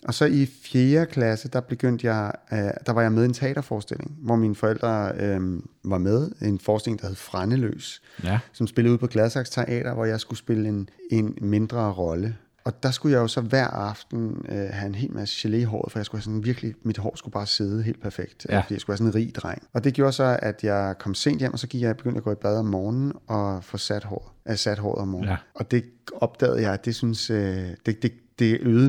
Og så i 4. klasse, der var jeg med i en teaterforestilling, hvor mine forældre var med. En forestilling, der hed Frændeløs, som spillede ud på Gladsaxe Teater, hvor jeg skulle spille en mindre rolle. Og der skulle jeg jo så hver aften have en hel masse gelé i håret, for jeg skulle have sådan virkelig, mit hår skulle bare sidde helt perfekt, fordi jeg skulle have sådan en rig dreng. Og det gjorde så, at jeg kom sent hjem, og så begyndte at gå i bad om morgenen og få sat håret om morgenen. Ja. Og det opdagede jeg, at det synes, det øgede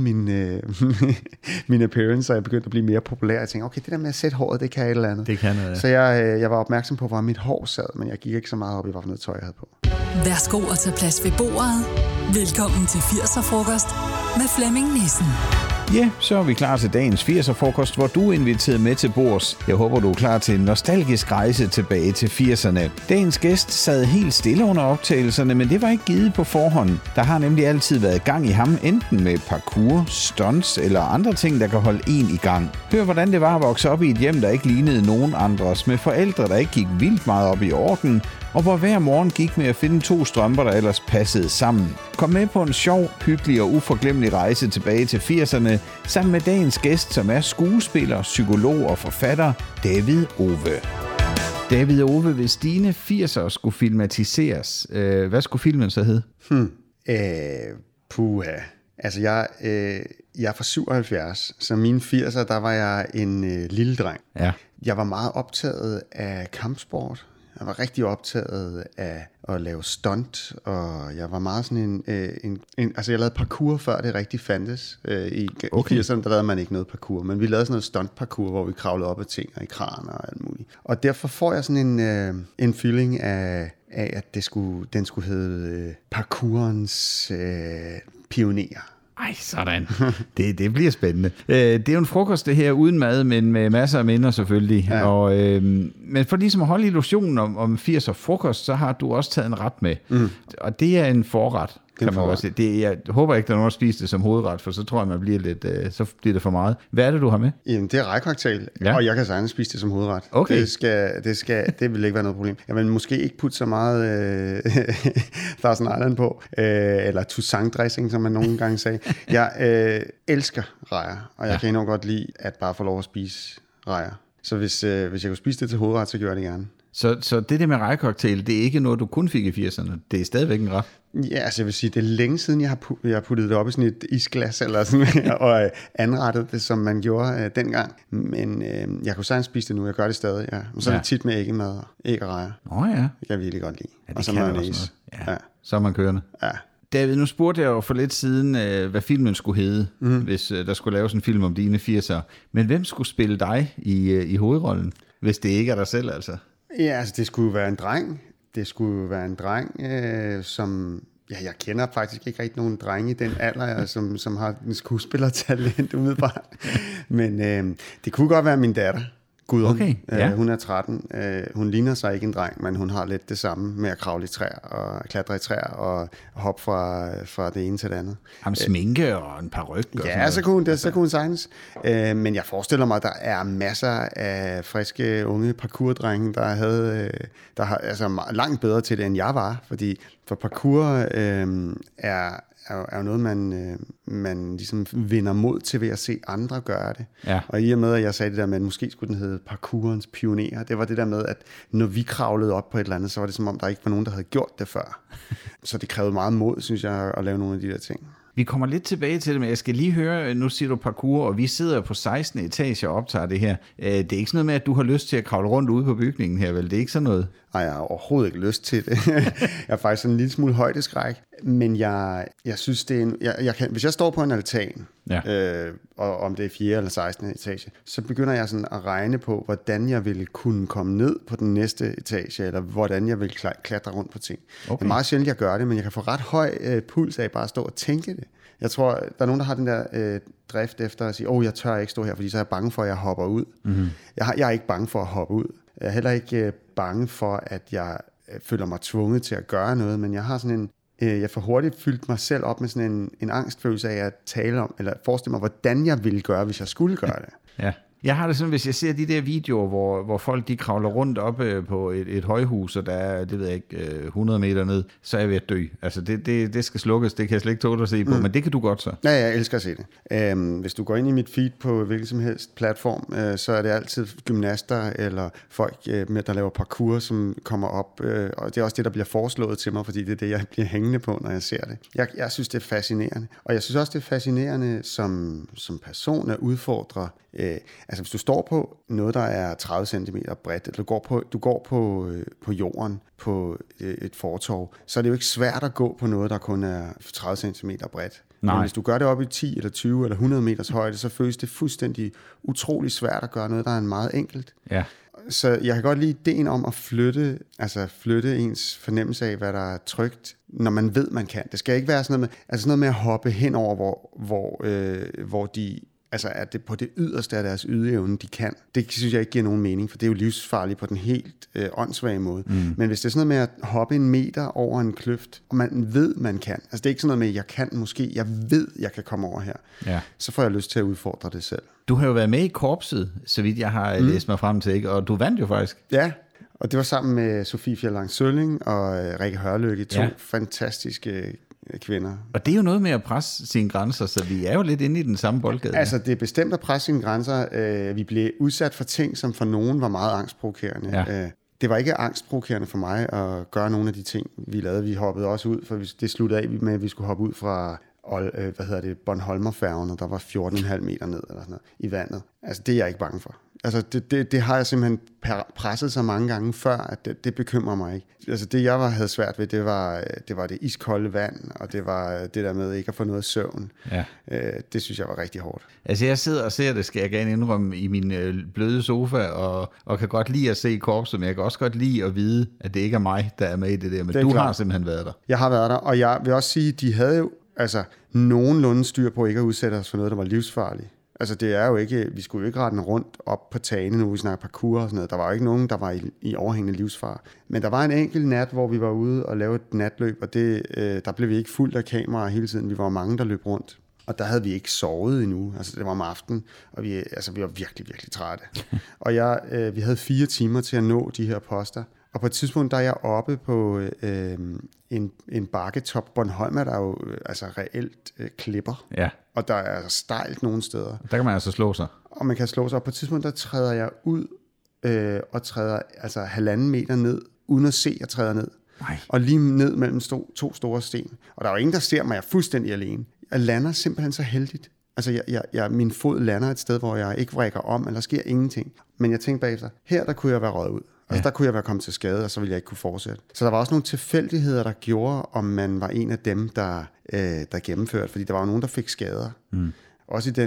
min appearance, og jeg begyndte at blive mere populær. Jeg tænkte, okay, det der med at sætte håret, det kan et eller andet. Det kan noget, ja. Så jeg var opmærksom på, hvor mit hår sad, men jeg gik ikke så meget op i, hvad for noget tøj jeg havde på. Værsgo at tage plads ved bordet. Velkommen til 80'er-frokost med Flemming Nissen. Ja, så er vi klar til dagens 80'er-frokost, hvor du er inviteret med til bords. Jeg håber, du er klar til en nostalgisk rejse tilbage til 80'erne. Dagens gæst sad helt stille under optagelserne, men det var ikke givet på forhånd. Der har nemlig altid været gang i ham, enten med parkour, stunts eller andre ting, der kan holde en i gang. Hør, hvordan det var at vokse op i et hjem, der ikke lignede nogen andres, med forældre, der ikke gik vildt meget op i orden, og hvor hver morgen gik med at finde 2 strømper, der ellers passede sammen. Kom med på en sjov, hyggelig og uforglemmelig rejse tilbage til 80'erne, sammen med dagens gæst, som er skuespiller, psykolog og forfatter, David Ove. David Ove, hvis dine 80'er skulle filmatiseres, hvad skulle filmen så hedde? Puha. Altså, jeg er fra 77, så mine 80'er, der var jeg en lille dreng. Ja. Jeg var meget optaget af kampsport. Jeg var rigtig optaget af at lave stunt, og jeg var meget sådan altså jeg lavede parkour, før det rigtig fandtes. I 80'erne, der lavede man ikke noget parkour, men vi lavede sådan noget stunt-parkour, hvor vi kravlede op ad ting og i kraner og alt muligt. Og derfor får jeg sådan en feeling af at den skulle hedde parkourens pionerer. Ej, sådan. Det bliver spændende. Det er jo en frokost, det her, uden mad, men med masser af minder selvfølgelig. Ja. Men for ligesom at holde illusionen om 80'er frokost, så har du også taget en ret med. Og det er en forret. Kan man også sige. Jeg håber ikke, der er nogen, der spiser det som hovedret, for så tror jeg, man bliver lidt, så bliver det for meget. Hvad er det, du har med? Jamen, det er rejcocktail, og jeg kan sagtens spise det som hovedret. Okay. Det vil ikke være noget problem. Jeg vil måske ikke putte så meget Thousand Island på, eller Toussaint dressing, som man nogle gange sagde. Jeg elsker rejer, og jeg kan enormt godt lide at bare få lov at spise rejer. Så hvis jeg kunne spise det til hovedret, så gør jeg det gerne. Så det der med rejecocktail, det er ikke noget, du kun fik i 80'erne? Det er stadigvæk en ret? Ja, altså jeg vil sige, det er længe siden, jeg har puttet det op i sådan et isglas, eller sådan, og anrettet det, som man gjorde dengang. Men jeg kunne sagtens spise det nu, jeg gør det stadig, ja. Og så er det tit med æggemad, æg og rejer. Ja. Det kan jeg virkelig godt lide. Ja, og så mayonnaise. Ja. Så er man kørende. Ja. David, nu spurgte jeg jo for lidt siden, hvad filmen skulle hedde, hvis der skulle laves en film om dine 80'er. Men hvem skulle spille dig i hovedrollen, hvis det ikke er dig selv, altså? Ja, altså det skulle jo være en dreng. Det skulle jo være en dreng, som... Ja, jeg kender faktisk ikke rigtig nogen drenge i den alder, som har en skuespillertalent umiddelbart. Men det kunne godt være min datter. Gudrun. Okay, ja. Hun er 13. Hun ligner sig ikke en dreng, men hun har lidt det samme med at kravle i træer og klatre i træer og hoppe fra det ene til det andet. Ham sminke og en paryk. Ja, så kunne hun sagtens. Men jeg forestiller mig, at der er masser af friske unge parkourdrenge, der har altså langt bedre til det, end jeg var. For parkour er jo noget, man ligesom vinder mod til ved at se andre gøre det. Ja. Og i og med, at jeg sagde det der med, at måske skulle den hedde parkourens pionerer, det var det der med, at når vi kravlede op på et eller andet, så var det som om, der ikke var nogen, der havde gjort det før. Så det krævede meget mod, synes jeg, at lave nogle af de der ting. Vi kommer lidt tilbage til det, men jeg skal lige høre, nu siger du parkour, og vi sidder på 16. etage og optager det her. Det er ikke sådan noget med, at du har lyst til at kravle rundt ude på bygningen her, vel? Det er ikke sådan noget? Nej, jeg har overhovedet ikke lyst til det. Jeg er faktisk sådan en lille smule højdeskræk, men jeg synes, det er hvis jeg står på en altan, og om det er 4. eller 16. etage, så begynder jeg sådan at regne på, hvordan jeg vil kunne komme ned på den næste etage, eller hvordan jeg vil klatre rundt på ting. Okay. Det er meget sjældent, jeg gør det, men jeg kan få ret høj puls af bare at stå og tænke det. Jeg tror, der er nogen, der har den der drift efter at sige, jeg tør ikke stå her, fordi så er jeg bange for, at jeg hopper ud. Mm-hmm. Jeg er ikke bange for at hoppe ud. Jeg er heller ikke bange for, at jeg føler mig tvunget til at gøre noget, men jeg har sådan jeg får hurtigt fyldt mig selv op med sådan en angstfølelse af at tale om, eller forestille mig, hvordan jeg ville gøre, hvis jeg skulle gøre det. Ja. Jeg har det sådan, hvis jeg ser de der videoer, hvor folk de kravler rundt oppe på et højhus, og der er, det ved jeg ikke, 100 meter ned, så er jeg ved at dø. Altså det skal slukkes, det kan jeg slet ikke tåle at se på, men det kan du godt så. Ja, jeg elsker at se det. Hvis du går ind i mit feed på hvilken som helst platform, så er det altid gymnaster eller folk, der laver parkour, som kommer op, og det er også det, der bliver foreslået til mig, fordi det er det, jeg bliver hængende på, når jeg ser det. Jeg synes, det er fascinerende. Og jeg synes også, det er fascinerende som person at udfordre. Altså hvis du står på noget, der er 30 cm bredt, eller du går på jorden på et fortov, så er det jo ikke svært at gå på noget, der kun er 30 cm bredt. Nej. Men hvis du gør det op i 10 eller 20 eller 100 meters højde, så føles det fuldstændig utrolig svært at gøre noget, der er meget enkelt. Ja. Så jeg kan godt lide ideen om at flytte ens fornemmelse af, hvad der er trygt, når man ved, man kan. Det skal ikke være sådan noget med at hoppe henover, hvor de, altså at det på det yderste af deres ydeevne, de kan. Det synes jeg ikke giver nogen mening, for det er jo livsfarligt på den helt åndssvage måde. Men hvis det er sådan noget med at hoppe 1 meter over en kløft, og man ved, man kan, altså det er ikke sådan noget med, jeg kan måske, jeg ved, jeg kan komme over her, så får jeg lyst til at udfordre det selv. Du har jo været med i korpset, så vidt jeg har læst mig frem til, ikke? Og du vandt jo faktisk. Ja, og det var sammen med Sofie Fjellang Sølling og Rikke Hørlykke, 2 fantastiske kvinder. Og det er jo noget med at presse sine grænser, så vi er jo lidt inde i den samme boldgade. Altså, det er bestemt at presse sine grænser. Vi blev udsat for ting, som for nogen var meget angstprovokerende. Ja. Det var ikke angstprovokerende for mig at gøre nogle af de ting, vi lavede. Vi hoppede også ud, for det sluttede af med, at vi skulle hoppe ud fra Bornholmerfærgen, og der var 14,5 meter ned eller sådan noget, i vandet. Altså, det er jeg ikke bange for. Altså, det har jeg simpelthen presset så mange gange før, at det bekymrer mig ikke. Altså, det jeg havde svært ved, det var det iskolde vand, og det var det der med ikke at få noget søvn. Ja. Det synes jeg var rigtig hårdt. Altså, jeg sidder og ser det, skal jeg gerne indrømme, i min bløde sofa, og kan godt lide at se korpset, men jeg kan også godt lide at vide, at det ikke er mig, der er med i det der. Men du har simpelthen været der. Jeg har været der, og jeg vil også sige, de havde jo nogenlunde styr på ikke at udsætte os for noget, der var livsfarligt. Altså det er jo ikke, vi skulle jo ikke rette rundt op på tagene, når vi snakker parkour og sådan noget. Der var jo ikke nogen, der var i overhængende livsfare. Men der var en enkelt nat, hvor vi var ude og lave et natløb, og der blev vi ikke fuldt af kameraer hele tiden. Vi var mange, der løb rundt. Og der havde vi ikke sovet endnu. Altså det var om aftenen, og vi var virkelig, virkelig trætte. Og vi havde 4 timer til at nå de her poster. Og på et tidspunkt, der er jeg oppe på en bakketop. Bornholm er der jo reelt klipper. Ja. Og der er stejlt nogle steder. Der kan man altså slå sig. Og man kan slå sig. Og på et tidspunkt, der træder jeg ud og træder 1,5 meter ned, uden at se, at jeg træder ned. Nej. Og lige ned mellem 2 store sten. Og der er jo ingen, der ser mig. Jeg er fuldstændig alene. Jeg lander simpelthen så heldigt. Altså, min fod lander et sted, hvor jeg ikke vrikker om, eller der sker ingenting. Men jeg tænkte bagefter, der kunne jeg være røget ud. Altså, der kunne jeg være kommet til skade, og så ville jeg ikke kunne fortsætte. Så der var også nogle tilfældigheder, der gjorde, om man var en af dem, der gennemførte. Fordi der var jo nogen, der fik skader. Også i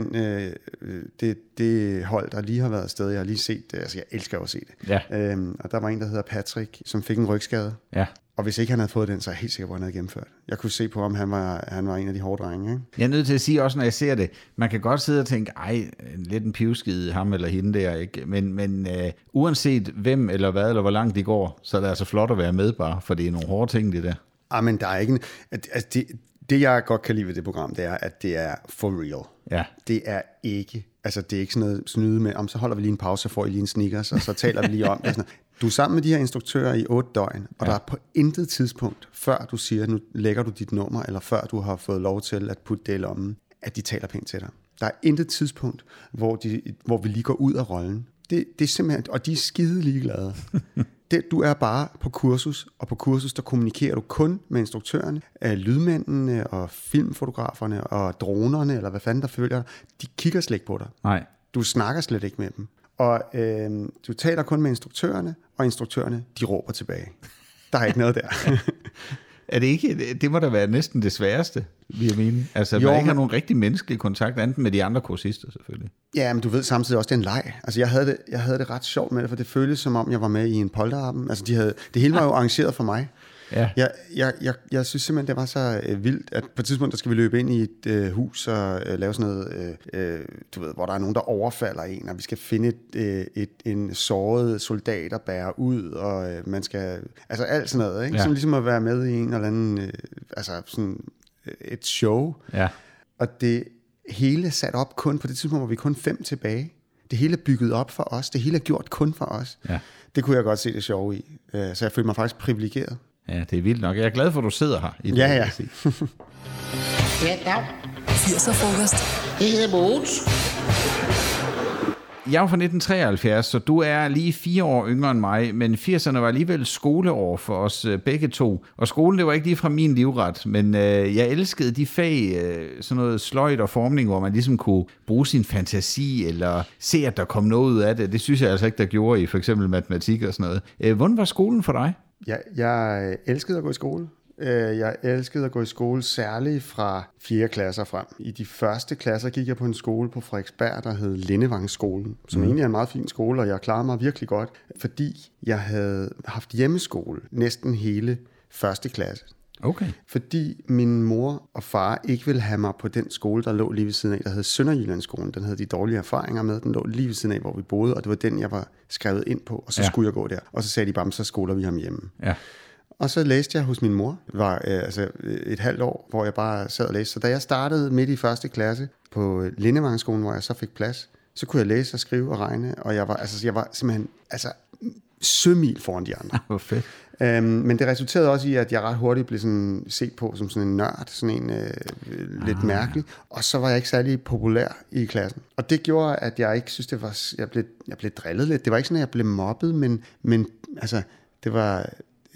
det hold, der lige har været afsted. Jeg har lige set det. Altså, jeg elsker at se det. Ja. Og der var en, der hedder Patrick, som fik en rygskade. Ja. Og hvis ikke han havde fået den, så er jeg helt sikker på, at han havde gennemført. Jeg kunne se på, om han var en af de hårde drenge. Ikke? Jeg er nødt til at sige også, når jeg ser det, man kan godt sidde og tænke, lidt en pivskid, ham eller hende der, ikke? Men uanset hvem eller hvad, eller hvor langt de går, så er det altså flot at være med bare, for det er nogle hårde ting, det der. Men der er ikke... Det, jeg godt kan lide ved det program, det er, at det er for real. Ja. Det er ikke... Altså, det er ikke sådan noget snyde med, så holder vi lige en pause, så får I lige en Snickers, og så taler vi lige om det. Du er sammen med de her instruktører i 8 døgn, og der er på intet tidspunkt, før du siger, nu lægger du dit nummer, eller før du har fået lov til at putte det i lommen, at de taler pænt til dig. Der er intet tidspunkt, hvor vi lige går ud af rollen. Det er simpelthen... Og de er skide ligeglade. Du er bare på kursus, og på kursus, der kommunikerer du kun med instruktørerne, lydmændene og filmfotograferne og dronerne, eller hvad fanden der følger dig. De kigger slet ikke på dig. Nej. Du snakker slet ikke med dem. Og du taler kun med instruktørerne, og instruktørerne, de råber tilbage. Der er ikke noget der. Er det ikke, det må da være næsten det sværeste, vil jeg mene. Altså, man ikke har nogen rigtig menneskelig kontakt, andet med de andre kursister selvfølgelig. Ja, men du ved samtidig også, det er en leg. Altså, jeg havde det ret sjovt med det, for det føltes som om, jeg var med i en polterappen. Altså, det hele var jo arrangeret for mig. Ja. Jeg synes simpelthen, det var så vildt, at på et tidspunkt, der skal vi løbe ind i et hus og lave sådan noget, du ved, hvor der er nogen, der overfalder en, og vi skal finde en såret soldat og bære ud, og man skal, altså alt sådan noget, ikke? Ja. Som ligesom at være med i en eller anden, altså sådan et show. Ja. Og det hele sat op kun på det tidspunkt, hvor vi kun 5 tilbage. det hele er bygget op for os. Det hele er gjort kun for os. Ja. Det kunne jeg godt se det sjove i. Så jeg følte mig faktisk privilegeret. Ja, det er vildt nok. Jeg er glad for, at du sidder her. I ja. Ja, dag. 80'er-frokost. Det hedder Mogens. Jeg er fra 1973, så du er lige 4 år yngre end mig, men 80'erne var alligevel skoleår for os begge to. Og skolen, det var ikke lige fra min livret, men jeg elskede de fag, sådan noget sløjd og formning, hvor man ligesom kunne bruge sin fantasi, eller se, at der kom noget ud af det. Det synes jeg altså ikke, der gjorde i for eksempel matematik og sådan noget. Hvordan var skolen for dig? Jeg elskede at gå i skole. Jeg elskede at gå i skole, særligt fra 4. klasser frem. I de første klasser gik jeg på en skole på Frederiksberg, der hed Lindevangsskolen, som egentlig er en meget fin skole, og jeg klarede mig virkelig godt, fordi jeg havde haft hjemmeskole næsten hele 1. klasse. Okay. Fordi min mor og far ikke ville have mig på den skole, der lå lige ved siden af, der hed Sønderjyllandsskolen. Den havde de dårlige erfaringer med. Den lå lige ved siden af, hvor vi boede, og det var den, jeg var skrevet ind på, og så skulle jeg gå der. Og så sagde de bare, så skoler vi ham hjemme. Ja. Og så læste jeg hos min mor. Det var et halvt år, hvor jeg bare sad og læste. Så da jeg startede midt i 1. klasse på Lindevangsskolen, hvor jeg så fik plads, så kunne jeg læse og skrive og regne, og jeg var simpelthen sømil foran de andre. Hvor fedt. Men det resulterede også i, at jeg ret hurtigt blev sådan set på som sådan en nørd, sådan en lidt mærkelig, og så var jeg ikke særlig populær i klassen. Og det gjorde, at jeg ikke synes, det var... Jeg blev drillet lidt. Det var ikke sådan, at jeg blev mobbet, men altså, det var...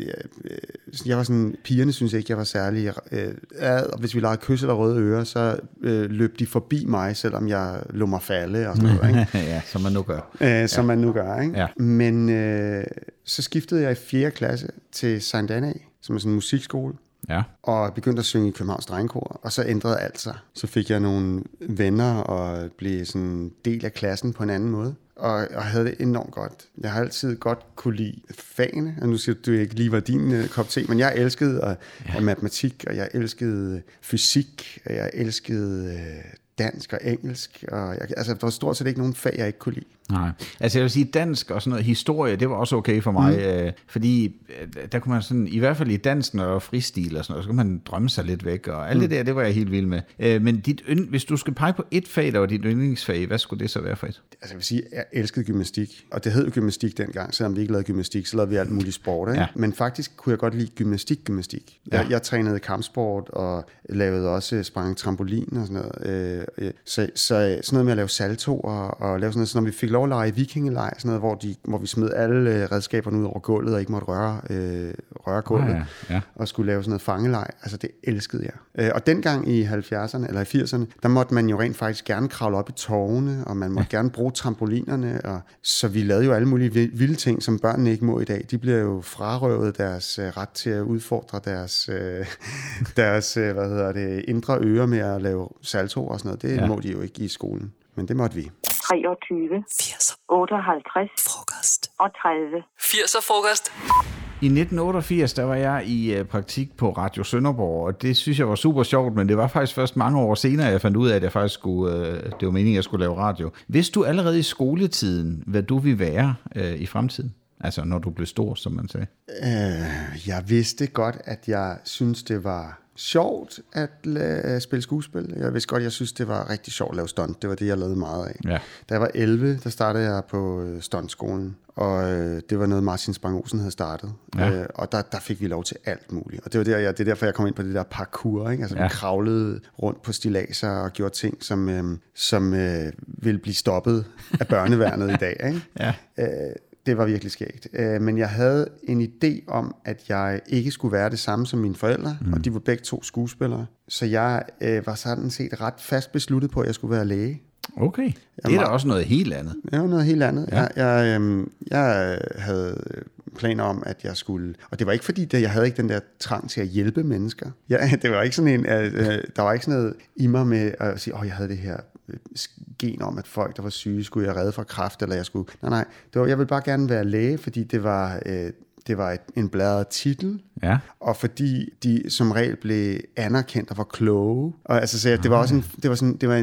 Jeg var sådan, pigerne synes ikke, jeg var særlig, og hvis vi legede kys eller røde ører, så løb de forbi mig, selvom jeg lå mig falde og sådan noget, ikke? Ja, som man nu gør. Man nu gør, ikke? Ja. Men så skiftede jeg i 4. klasse til Sankt Anna, som er sådan en musikskole. Ja. Og begyndte at synge i Københavns Drengekor, og så ændrede alt sig. Så fik jeg nogle venner og blev sådan del af klassen på en anden måde. Og havde det enormt godt. Jeg har altid godt kunne lide fagene, og nu siger du ikke lige var din kop te, men jeg elskede matematik, og jeg elskede fysik, og jeg elskede dansk og engelsk, og der var stort set ikke nogen fag, jeg ikke kunne lide. Nej, altså jeg vil sige, dansk og sådan noget historie, det var også okay for mig, fordi der kunne man sådan, i hvert fald i dansk og fristil og sådan noget, så kunne man drømme sig lidt væk, og alt det var jeg helt vild med. Men hvis du skulle pege på et fag, der var dit yndlingsfag, hvad skulle det så være for et? Altså jeg vil sige, jeg elskede gymnastik, og det hed jo gymnastik dengang, selvom vi ikke lavede gymnastik, så lavede vi alt muligt sport, ikke? Ja. Men faktisk kunne jeg godt lide gymnastik. Ja. Jeg trænede kampsport, og lavede også sprang trampolin og sådan noget. Så sådan noget med at lave salto, og lave sådan noget, så når vi fik lov at lege vikingelej, sådan noget, hvor vi smed alle redskaberne ud over gulvet, og ikke måtte røre gulvet, og skulle lave sådan noget fangelej. Altså det elskede jeg. Og dengang i 70'erne, eller i 80'erne, der måtte man jo rent faktisk gerne kravle op i tårne, og man måtte gerne bruge trampolinerne, og så vi lavede jo alle mulige vilde ting, som børnene ikke må i dag. De bliver jo frarøvet deres ret til at udfordre deres indre ører med at lave salto og sådan noget. Det må de jo ikke i skolen, men det måtte vi. 23, 80'er. 58, Frokost. og 30. 80'er-frokost. I 1988, der var jeg i praktik på Radio Sønderborg, og det synes jeg var super sjovt, men det var faktisk først mange år senere, jeg fandt ud af, at jeg faktisk det var meningen, at jeg skulle lave radio. Vidste du allerede i skoletiden, hvad du ville være i fremtiden? Altså, når du blev stor, som man sagde. Jeg vidste godt, at jeg synes det var sjovt at spille skuespil. Jeg vidste godt, jeg synes det var rigtig sjovt at lave stunt. Det var det, jeg lavede meget af. Ja. Da jeg var 11, der startede jeg på stuntskolen, og det var noget, Martin Spang-Olsen havde startet. Ja. Og der fik vi lov til alt muligt. Og det er derfor, jeg kom ind på det der parkour. Ikke? Altså, vi kravlede rundt på stiladser og gjorde ting, som ville blive stoppet af børneværnet i dag. Ikke? Ja. Det var virkelig skægt. Men jeg havde en idé om, at jeg ikke skulle være det samme som mine forældre, og de var begge 2 skuespillere. Så jeg var sådan set ret fast besluttet på, at jeg skulle være læge. Okay, det er da også noget helt andet. Det var noget helt andet. Ja. Jeg havde planer om, at jeg skulle... Og det var ikke fordi, jeg havde ikke den der trang til at hjælpe mennesker. Det var ikke sådan en... der var ikke sådan noget i mig med at sige, jeg havde det her gen om, at folk, der var syge, skulle jeg redde fra kræft, eller jeg skulle... Nej. Jeg ville bare gerne være læge, fordi det var en bladret titel, og fordi de som regel blev anerkendt og var kloge. Og altså, så det var også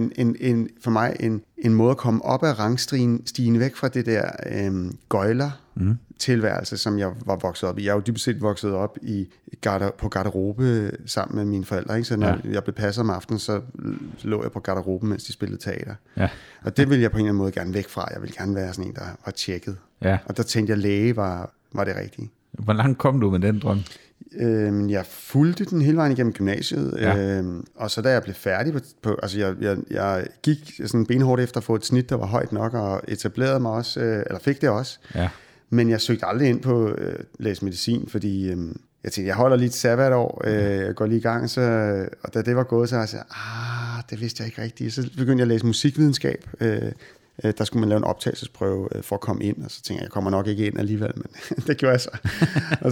for mig en måde at komme op ad rangstigen, væk fra det der gøjler tilværelse, som jeg var vokset op i. Jeg er jo dybest set vokset op på garderobe sammen med mine forældre. Ikke? Så når jeg blev passet om aftenen, så lå jeg på garderoben, mens de spillede teater. Ja. Og det ville jeg på en eller anden måde gerne væk fra. Jeg ville gerne være sådan en, der var tjekket. Ja. Og der tænkte jeg, læge var det rigtige. Hvor langt kom du med den drøm? Jeg fulgte den hele vejen igennem gymnasiet, og så da jeg blev færdig altså jeg gik sådan benhårdt efter at få et snit, der var højt nok, og etablerede mig også, eller fik det også. Ja. Men jeg søgte aldrig ind på læse medicin, fordi jeg tænkte, jeg holder lige et sabbatår, jeg går lige i gang, og da det var gået, så jeg sagde, det vidste jeg ikke rigtigt. Så begyndte jeg at læse musikvidenskab. Der skulle man lave en optagelsesprøve for at komme ind, og så tænkte jeg kommer nok ikke ind alligevel, men det gjorde jeg så. Og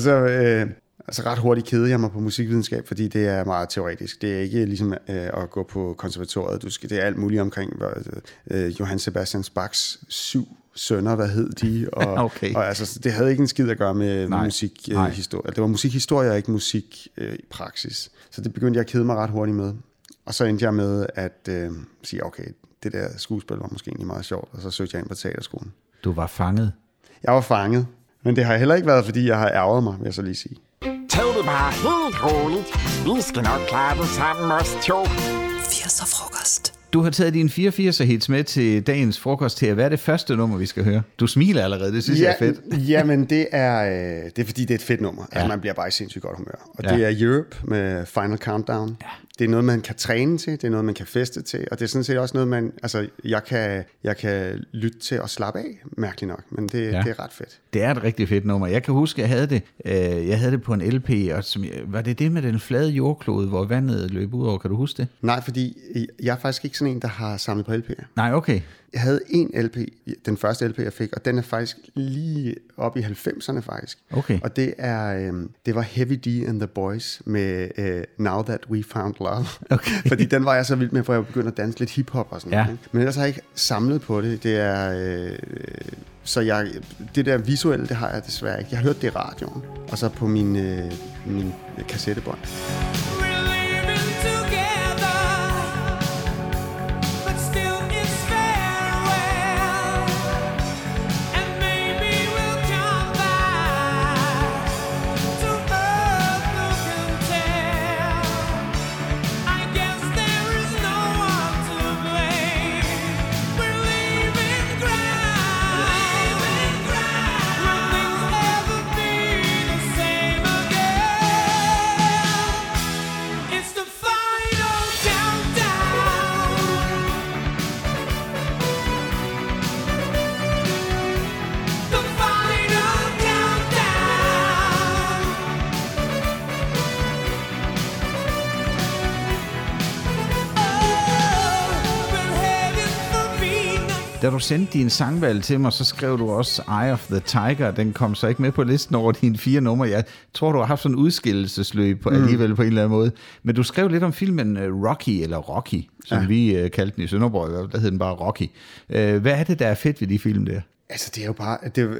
så ret hurtigt kedede jeg mig på musikvidenskab, fordi det er meget teoretisk. Det er ikke ligesom at gå på konservatoriet. Det er alt muligt omkring Johann Sebastian Bachs 7 sønner, hvad hed de? Og altså, det havde ikke en skid at gøre med musikhistorie. Det var musikhistorie og ikke musikpraksis. Så det begyndte jeg at kede mig ret hurtigt med. Og så endte jeg med at sige, okay, det der skuespil var måske egentlig meget sjovt, og så søgte jeg ind på teaterskolen. Du var fanget? Jeg var fanget, men det har heller ikke været, fordi jeg har ærget mig, vil jeg så lige sige. Tag det bare helt roligt. Vi skal nok klare det sammen, os to. 80'er frokost. Du har taget dine 84'er hits med til dagens frokost her. Hvad er det første nummer, vi skal høre? Du smiler allerede, det synes jeg er fedt. Jamen, det er fordi, det er et fedt nummer. Ja. Altså, man bliver bare i sindssygt godt humør. Og det er Europe med Final Countdown. Ja. Det er noget, man kan træne til, det er noget, man kan feste til, og det er sådan set også noget, jeg kan lytte til og slappe af, mærkeligt nok, men det er ret fedt. Det er et rigtig fedt nummer. Jeg kan huske, jeg havde det på en LP, og var det med den flade jordklode, hvor vandet løb ud over? Kan du huske det? Nej, fordi jeg er faktisk ikke sådan en, der har samlet på LP'er. Nej, okay. Jeg havde en LP, den første LP, jeg fik, og den er faktisk lige oppe i 90'erne faktisk. Okay. Og det var Heavy D and the Boys med Now That We Found Love. Okay. Fordi den var jeg så vild med, for jeg begyndte at danse lidt hiphop og sådan noget. Men ellers har jeg ikke samlet på det. Det er... det der visuelle, det har jeg desværre ikke. Jeg har hørt det i radioen, og så på min kassettebånd. Da du sendte din sangvalg til mig, så skrev du også Eye of the Tiger. Den kom så ikke med på listen over dine 4 numre. Jeg tror, du har haft sådan en udskillelsesløb alligevel på en eller anden måde. Men du skrev lidt om filmen Rocky, som vi kaldte den i Sønderborg. Der hed den bare Rocky. Hvad er det, der er fedt ved de film der? Altså, det er jo bare...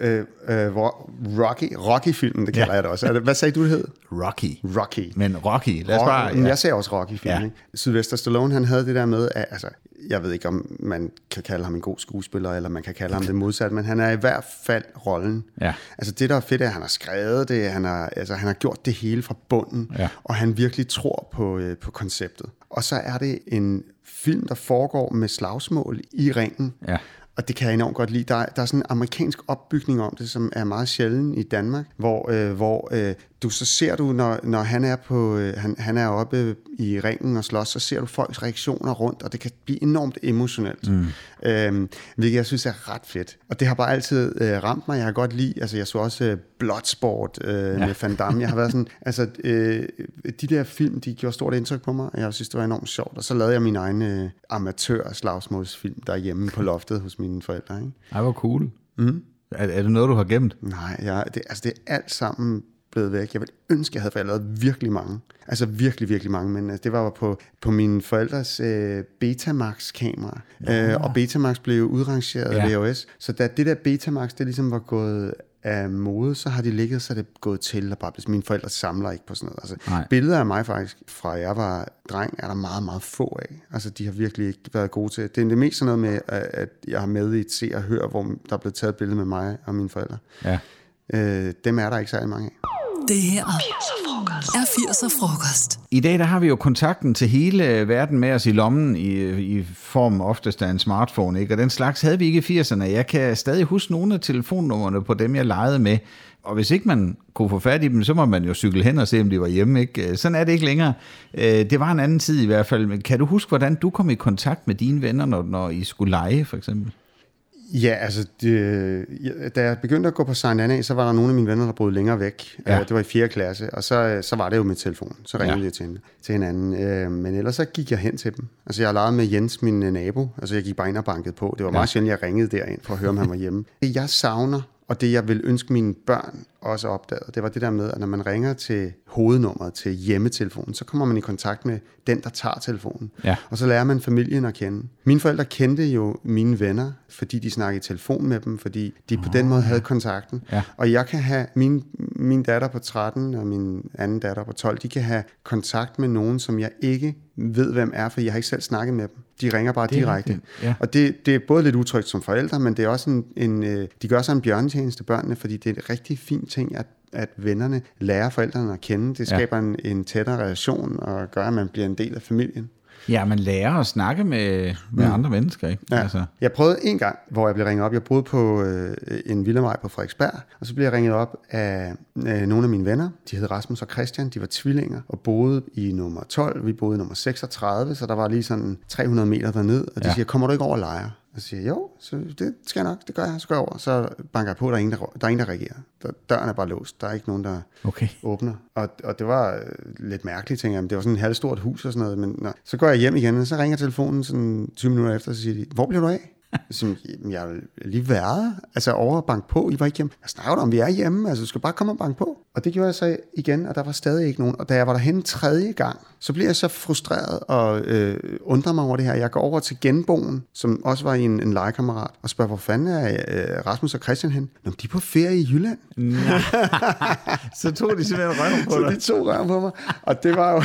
Rocky-filmen, det kalder jeg det også. Hvad sagde du, det hed? Rocky. Men Rocky, lad os bare... Jeg sagde også Rocky-film, ikke? Sylvester Stallone, han havde det der med, at... Altså, jeg ved ikke, om man kan kalde ham en god skuespiller, eller man kan kalde ham det modsatte, men han er i hvert fald rollen. Ja. Altså, det, der er fedt, er, at han har skrevet det, han har gjort det hele fra bunden, og han virkelig tror på konceptet. Og så er det en film, der foregår med slagsmål i ringen, og det kan jeg enormt godt lide. Der er sådan en amerikansk opbygning om det, som er meget sjælden i Danmark, hvor du så ser du, når han er han er oppe i ringen og slås, så ser du folks reaktioner rundt, og det kan blive enormt emotionelt. Hvilket jeg synes er ret fedt. Og det har bare altid ramt mig. Jeg har godt lide, altså jeg så også Bloodsport med Van Damme. Jeg har været sådan, altså de der film, de gjorde stort indtryk på mig, og jeg synes, det var enormt sjovt. Og så lavede jeg min egen amatør-slagsmålsfilm derhjemme på loftet hos mine forældre. Ikke? Ej, hvor cool. Er det noget, du har gemt? Nej, det er alt sammen blevet væk. Jeg ville ønske, jeg havde lavet virkelig mange. Altså virkelig, virkelig mange. Men det var på mine forældres Betamax-kamera. Og Betamax blev udrangeret af VHS. Så da det der Betamax, det ligesom var gået af mode, så har de ligget, så er det gået til og bare mine forældre samler ikke på sådan noget. Altså, billeder af mig faktisk, fra jeg var dreng, er der meget, meget få af. Altså, de har virkelig ikke været gode til. Det er det mest sådan noget med, at jeg har med i et Se og Hør, hvor der er blevet taget et billede med mig og mine forældre. Ja. dem er der ikke særlig mange af. Det her er 80'er frokost. I dag der har vi jo kontakten til hele verden med os i lommen i form oftest af en smartphone, ikke? Og den slags havde vi ikke i 80'erne. Jeg kan stadig huske nogle af telefonnummerne på dem, jeg legede med. Og hvis ikke man kunne få fat i dem, så må man jo cykle hen og se, om de var hjemme, ikke? Sådan er det ikke længere. Det var en anden tid i hvert fald. Men kan du huske, hvordan du kom i kontakt med dine venner, når I skulle lege, for eksempel? Ja, altså, da jeg begyndte at gå på Sankt Anna, så var der nogle af mine venner, der boede længere væk. Ja. Det var i 4. klasse, og så var det jo med telefonen. Så ringede jeg til hinanden. Men ellers så gik jeg hen til dem. Altså, jeg legede med Jens, min nabo. Altså, jeg gik bare ind og bankede på. Det var meget sjældent, jeg ringede derind for at høre, om han var hjemme. Det, jeg savner, og det, jeg vil ønske mine børn også opdagede, det var det der med, at når man ringer til hovednummeret, til hjemmetelefonen, så kommer man i kontakt med den, der tager telefonen. Ja. Og så lærer man familien at kende. Mine forældre kendte jo mine venner, fordi de snakkede i telefon med dem, fordi de på den måde havde kontakten. Ja. Og jeg kan have, min datter på 13 og min anden datter på 12, de kan have kontakt med nogen, som jeg ikke ved, hvem er, for jeg har ikke selv snakket med dem. De ringer bare direkte. Ja. Og det er både lidt utrygt som forældre, men det er også de gør så en bjørnetjeneste børnene, fordi det er en rigtig fin ting, at vennerne lærer forældrene at kende. Det skaber en tættere relation og gør, at man bliver en del af familien. Ja, man lærer at snakke med andre mennesker, ikke? Ja. Altså. Jeg prøvede en gang, hvor jeg blev ringet op. Jeg boede på en villavej på Frederiksberg, og så blev jeg ringet op af nogle af mine venner. De hed Rasmus og Christian, de var tvillinger og boede i nummer 12. Vi boede i nummer 36, så der var lige sådan 300 meter derned, og de siger, kommer du ikke over og leger? Og så siger jeg, jo, så det skal jeg nok, det gør jeg, så går jeg over. Så banker jeg på, der er ingen, der reagerer. Døren er bare låst, der er ikke nogen, der åbner. Og det var lidt mærkeligt, tænker jeg, det var sådan et halvstort hus og sådan noget, men så går jeg hjem igen, og så ringer telefonen sådan 20 minutter efter, og så siger de, hvor blev du af? Så jeg har lige været, altså over at banke på, I var ikke hjemme. Jeg snakker om, vi er hjemme, altså du skal bare komme og banke på. Og det gjorde jeg så igen, og der var stadig ikke nogen. Og da jeg var derhen 3. gang, så blev jeg så frustreret og undrer mig over det her. Jeg går over til genboen, som også var en legekammerat, og spørger, hvor fanden er Rasmus og Christian hen? Nå, de er på ferie i Jylland. Så tog de simpelthen røven på dig. Så de tog røven på mig. Og det var jo...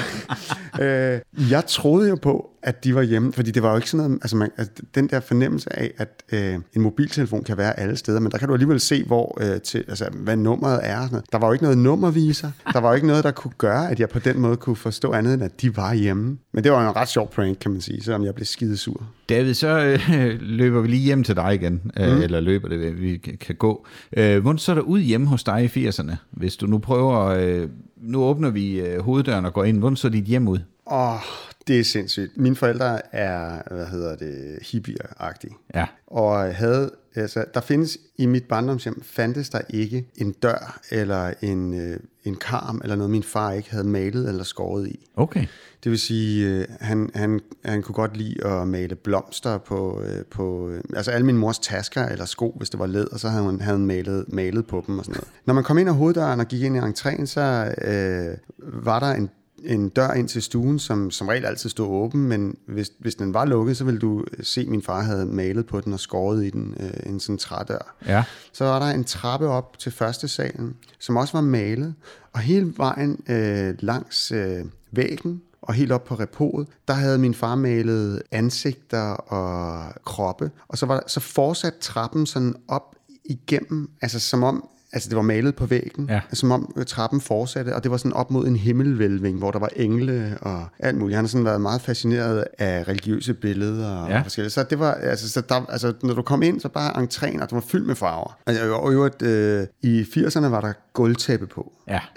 jeg troede jo på, at de var hjemme, fordi det var jo ikke sådan noget, altså den der fornemmelse af, at en mobiltelefon kan være alle steder, men der kan du alligevel se, hvad nummeret er. Sådan noget. Der var jo ikke noget nummerviser. Der var jo ikke noget, der kunne gøre, at jeg på den måde kunne forstå andet, end at de var hjemme. Men det var en ret sjov prank, kan man sige, selvom jeg blev skidesur. David, så løber vi lige hjem til dig igen, eller løber det, vi kan gå. Hvordan så der ud hjemme hos dig i 80'erne? Hvis du nu prøver, nu åbner vi hoveddøren og går ind, hvordan så dit hjem ud? Det er sindssygt. Mine forældre er, hippie-agtige. Ja. Og der findes i mit barndomshjem, fandtes der ikke en dør eller en karm eller noget, min far ikke havde malet eller skåret i. Okay. Det vil sige, han kunne godt lide at male blomster på altså alle min mors tasker eller sko, hvis det var læder, så havde han malet på dem og sådan noget. Når man kom ind ad hoveddøren og gik ind i entréen, så var der en dør ind til stuen, som regel altid stod åben, men hvis den var lukket, så ville du se, at min far havde malet på den og skåret i den, en sådan trædør. Ja. Så var der en trappe op til første salen, som også var malet, og hele vejen langs væggen og helt op på repoet, der havde min far malet ansigter og kroppe, og så fortsatte trappen sådan op igennem, altså som om det var malet på væggen, som om trappen fortsatte, og det var sådan op mod en himmelvælving, hvor der var engle og alt muligt. Han har sådan været meget fascineret af religiøse billeder og forskellige. Så det var, når du kom ind, så bare entréen, og det var fyldt med farver. Og i 80'erne var der gulvtæppe på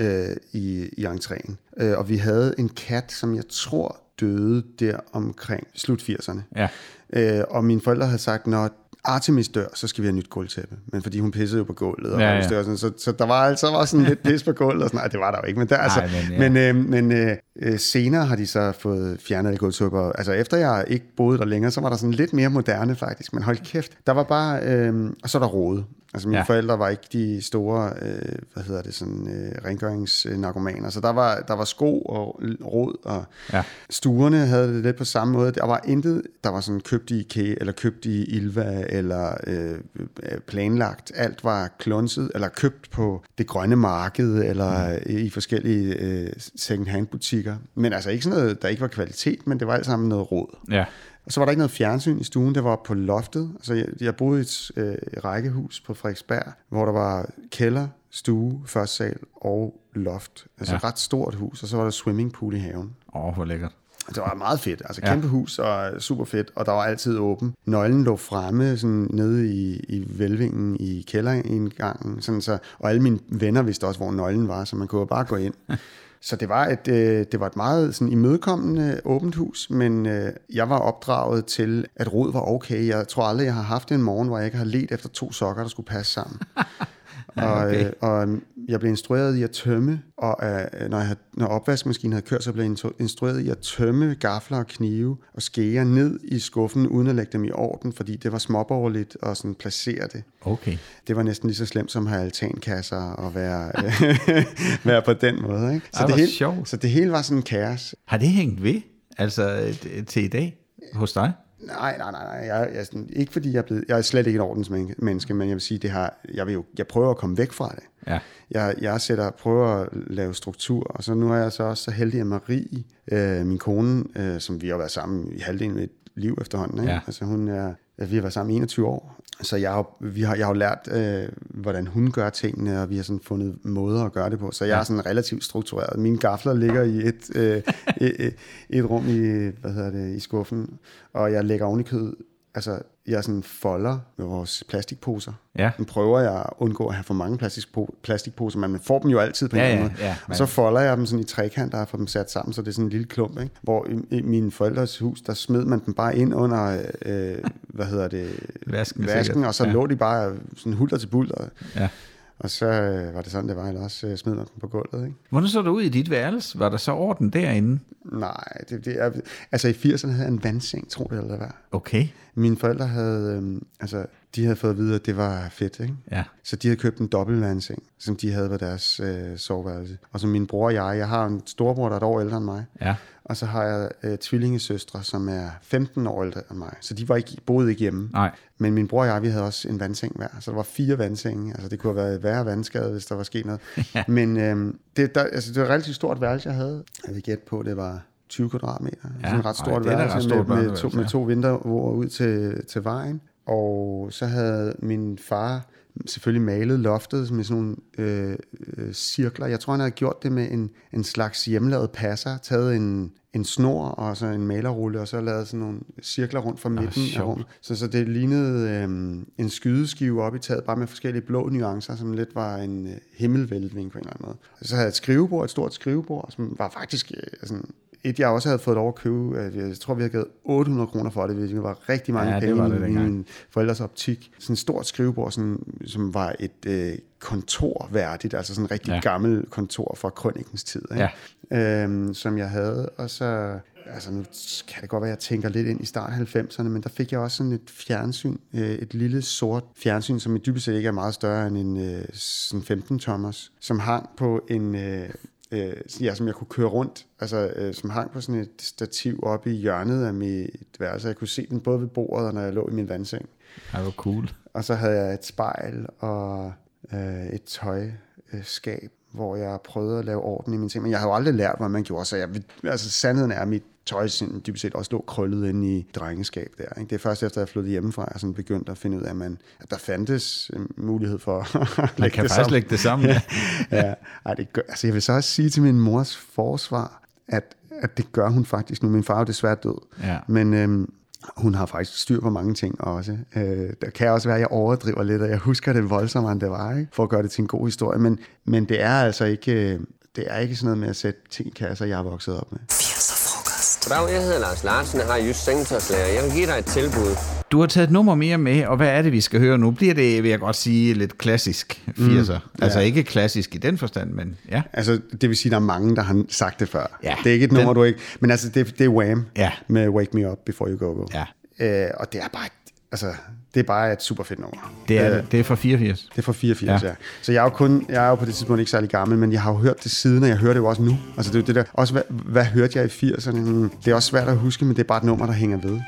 i entréen. Og vi havde en kat, som jeg tror døde der omkring slut 80'erne. Ja. Og mine forældre havde sagt, når Artemis dør, så skal vi have nyt gulvtæppe. Men fordi hun pissede jo på gulvet. Og sådan, så der var sådan lidt pis på gulvet. Og sådan. Nej, det var der jo ikke. Men, senere har de så fået fjernet alle gulvtæpper. Altså efter jeg ikke boede der længere, så var der sådan lidt mere moderne faktisk. Men hold kæft. Der var bare... og så er der rode. Altså mine forældre var ikke de store, rengøringsnarkomaner. Så der var sko og rod, og stuerne havde det lidt på samme måde. Der var intet, der var sådan købt i IKEA, eller købt i Ilva, eller planlagt. Alt var klunset, eller købt på det grønne marked, eller i forskellige second-hand butikker. Men altså ikke sådan noget, der ikke var kvalitet, men det var alt sammen noget rod. Ja. Og så var der ikke noget fjernsyn i stuen, det var på loftet. Altså jeg boede i et rækkehus på Frederiksberg, hvor der var kælder, stue, første sal og loft. Altså ret stort hus, og så var der swimmingpool i haven. Hvor lækkert. Det var meget fedt, altså kæmpe hus og super fedt, og der var altid åben. Nøglen lå fremme sådan nede i hvælvingen i kælderindgangen, sådan så, og alle mine venner vidste også, hvor nøglen var, så man kunne bare gå ind. Så det var et meget sådan imødekommende åbent hus, men jeg var opdraget til, at rod var okay. Jeg tror aldrig, jeg har haft en morgen, hvor jeg ikke har ledt efter 2 sokker, der skulle passe sammen. Og jeg blev instrueret i at tømme, og når opvaskemaskinen havde kørt, så blev jeg instrueret i at tømme gafler og knive og skære ned i skuffen, uden at lægge dem i orden, fordi det var småborgerligt at sådan placere det. Okay. Det var næsten lige så slemt som at have altankasser og være på den måde. Ikke? Så det hele var sådan en kaos. Har det hængt ved, altså til i dag hos dig? Nej. Jeg er sådan, ikke fordi jeg er slet ikke et ordensmenneske, men jeg vil sige, jeg prøver at komme væk fra det. Ja. Jeg prøver at lave struktur, og så nu er jeg så også så heldig, at Marie, min kone, som vi har været sammen i halvdelen af et liv efterhånden, ikke? Altså vi har været sammen i 21 år, så jeg har jo lært, hvordan hun gør tingene, og vi har sådan fundet måder at gøre det på, så jeg er sådan relativt struktureret. Mine gafler ligger i et rum i skuffen, og jeg lægger oven i kød. Altså, jeg sådan folder med vores plastikposer. Ja. Nu prøver jeg at undgå at have for mange plastikposer, men man får dem jo altid på en eller anden måde. Ja, og så folder jeg dem sådan i trekanter og får dem sat sammen, så det er sådan en lille klump, ikke? Hvor i mine forældres hus, der smed man dem bare ind under, vasken, og så lå de bare sådan hulter til bulter. Ja. Og så var det sådan, det var, eller også smed man dem på gulvet, ikke? Hvordan så du ud i dit værelse? Var der så orden derinde? Nej, altså i 80'erne havde jeg en vandseng, tror det eller hvad. Okay. Mine forældre havde, de havde fået at vide, at det var fedt, ikke? Ja. Så de havde købt en dobbeltvandseng, som de havde på deres soveværelse. Og så min bror og jeg har en storebror, der er et år ældre end mig. Ja. Og så har jeg tvillingesøstre, som er 15 år ældre end mig. Så de boede ikke hjemme. Nej. Men min bror og jeg, vi havde også en vandseng hver. Så der var 4 vandsenge. Altså det kunne have været værre vandskade, hvis der var sket noget. Ja. Men det var et relativt stort værelse, jeg havde. Jeg vil gætte på, det var 20 kvadratmeter. Ja. Sådan et ret stort værelse med 2 vinduer ud til vejen. Og så havde min far selvfølgelig malet loftet med sådan nogle cirkler. Jeg tror, han havde gjort det med en slags hjemmelavet passer, taget en snor og så en malerrulle, og så lavet sådan nogle cirkler rundt fra midten af rummet. Så det lignede en skydeskive op i taget, bare med forskellige blå nuancer, som lidt var en himmelvælvning på en eller anden måde. Så havde jeg et stort skrivebord, som var faktisk sådan jeg også havde fået lov at købe. Jeg tror, vi havde givet 800 kroner for det. Det var rigtig mange penge i min forældres optik. Sådan et stort skrivebord, som var et kontorværdigt, altså sådan en rigtig gammel kontor fra krønikens tid, ikke? Ja. Som jeg havde. Og så, altså nu kan det godt være, at jeg tænker lidt ind i start 90'erne, men der fik jeg også sådan et fjernsyn, et lille sort fjernsyn, som i dybest set ikke er meget større end en sådan 15-tommers, som hang på en som jeg kunne køre rundt, altså som hang på sådan et stativ oppe i hjørnet af mit værelse. Jeg kunne se den både ved bordet og når jeg lå i min vandseng. Det var cool. Og så havde jeg et spejl og et tøjskab, hvor jeg prøvede at lave orden i mine ting. Men jeg havde jo aldrig lært, hvad man gjorde, så sandheden er, at mit tøj dybest set også lå krøllet inde i drengeskab der, ikke? Det er først efter, jeg flyttede hjemmefra, jeg sådan begyndte at finde ud af, at der fandtes en mulighed for at lægge det sammen. Ja. Altså jeg vil så også sige til min mors forsvar, at det gør hun faktisk nu. Min far er jo desværre død, men hun har faktisk styr på mange ting også. Der kan også være, at jeg overdriver lidt, og jeg husker det voldsommere, end det var, ikke? For at gøre det til en god historie. Men det er altså ikke, sådan noget med at sætte ting i kasser, jeg har vokset op med. Goddag, jeg hedder Lars Larsen, jeg har just sengetøjslærer. Jeg vil give dig et tilbud. Du har taget et nummer mere med, og hvad er det, vi skal høre nu? Bliver det, vil jeg godt sige, lidt klassisk 80'er? Altså ikke klassisk i den forstand, men ja. Altså, det vil sige, der er mange, der har sagt det før. Ja, det er ikke et nummer, du ikke... Men altså, det er Wham! Med Wake Me Up Before You Go Go. Ja. Og det er bare... Altså, det er bare et super fedt nummer. Det er fra 84. Det er fra 84, ja. Så jeg er jo på det tidspunkt ikke særlig gammel, men jeg har jo hørt det siden, og jeg hører det jo også nu. Altså det er jo det der, også hvad hørte jeg i 80'erne? Det er også svært at huske, men det er bare et nummer, der hænger ved.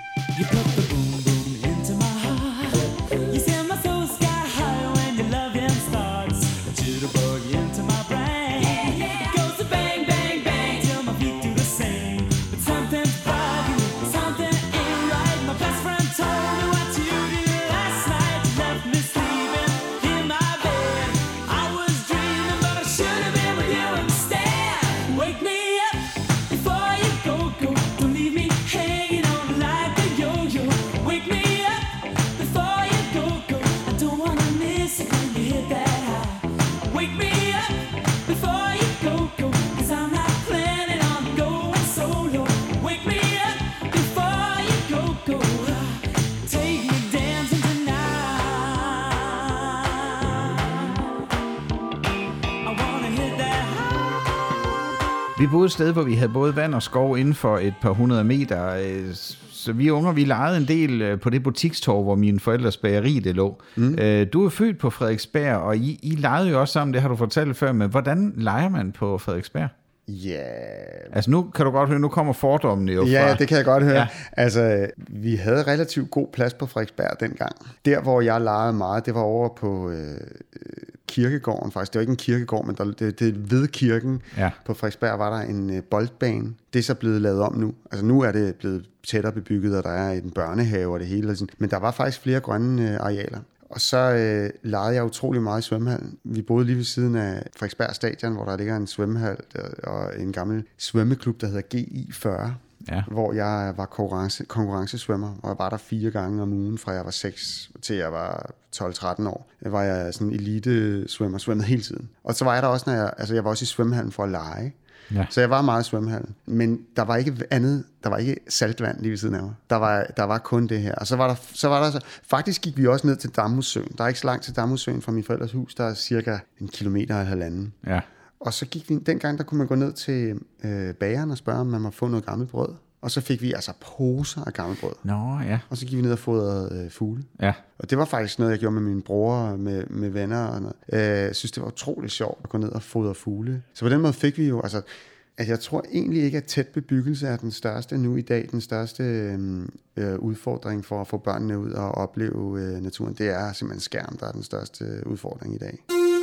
Vi boede et sted, hvor vi havde både vand og skov inden for et par 100 meter. Så vi unger, vi legede en del på det butikstorv, hvor mine forældres bageri det lå. Du er født på Frederiksberg, og I legede jo også sammen, det har du fortalt før, men hvordan leger man på Frederiksberg? Ja... Altså nu kan du godt høre, nu kommer fordommene jo fra. Ja, det kan jeg godt høre. Ja. Altså, vi havde relativt god plads på Frederiksberg dengang. Der, hvor jeg legede meget, det var over på kirkegården faktisk. Det var ikke en kirkegård, men det ved kirken. Ja. På Frederiksberg var der en boldbane. Det er så blevet lavet om nu. Altså nu er det blevet tættere bebygget, og der er en børnehave og det hele. Men der var faktisk flere grønne arealer. Og så legede jeg utrolig meget i svømmehallen. Vi boede lige ved siden af Frederiksberg Stadion, hvor der ligger en svømmehal og en gammel svømmeklub, der hedder GI40, hvor jeg var konkurrencesvømmer, og jeg var der 4 gange om ugen, fra jeg var 6 til jeg var 12-13 år. Der var jeg sådan elite-svømmer, svømmede hele tiden. Og så var jeg der også, jeg var også i svømmehallen for at lege. Ja. Så jeg var meget i svømmehallen. Men der var ikke andet, der var ikke saltvand lige ved siden af mig. Der var kun det her. Og så var der faktisk gik vi også ned til Damhussøen. Der er ikke så langt til Damhussøen fra min forældres hus. Der er cirka 1,5 kilometer. Ja. Og så gik vi, dengang der kunne man gå ned til bageren og spørge, om man må få noget gammelt brød. Og så fik vi altså poser af gammelt brød. Nå, ja. Og så gik vi ned og fodrede fugle. Ja. Og det var faktisk noget, jeg gjorde med mine bror, med venner og noget. Jeg synes, det var utroligt sjovt at gå ned og fodre fugle. Så på den måde fik vi jo, altså, at jeg tror egentlig ikke, at tæt bebyggelse er den største nu i dag. Den største udfordring for at få børnene ud og opleve naturen. Det er simpelthen skærm, der er den største udfordring i dag.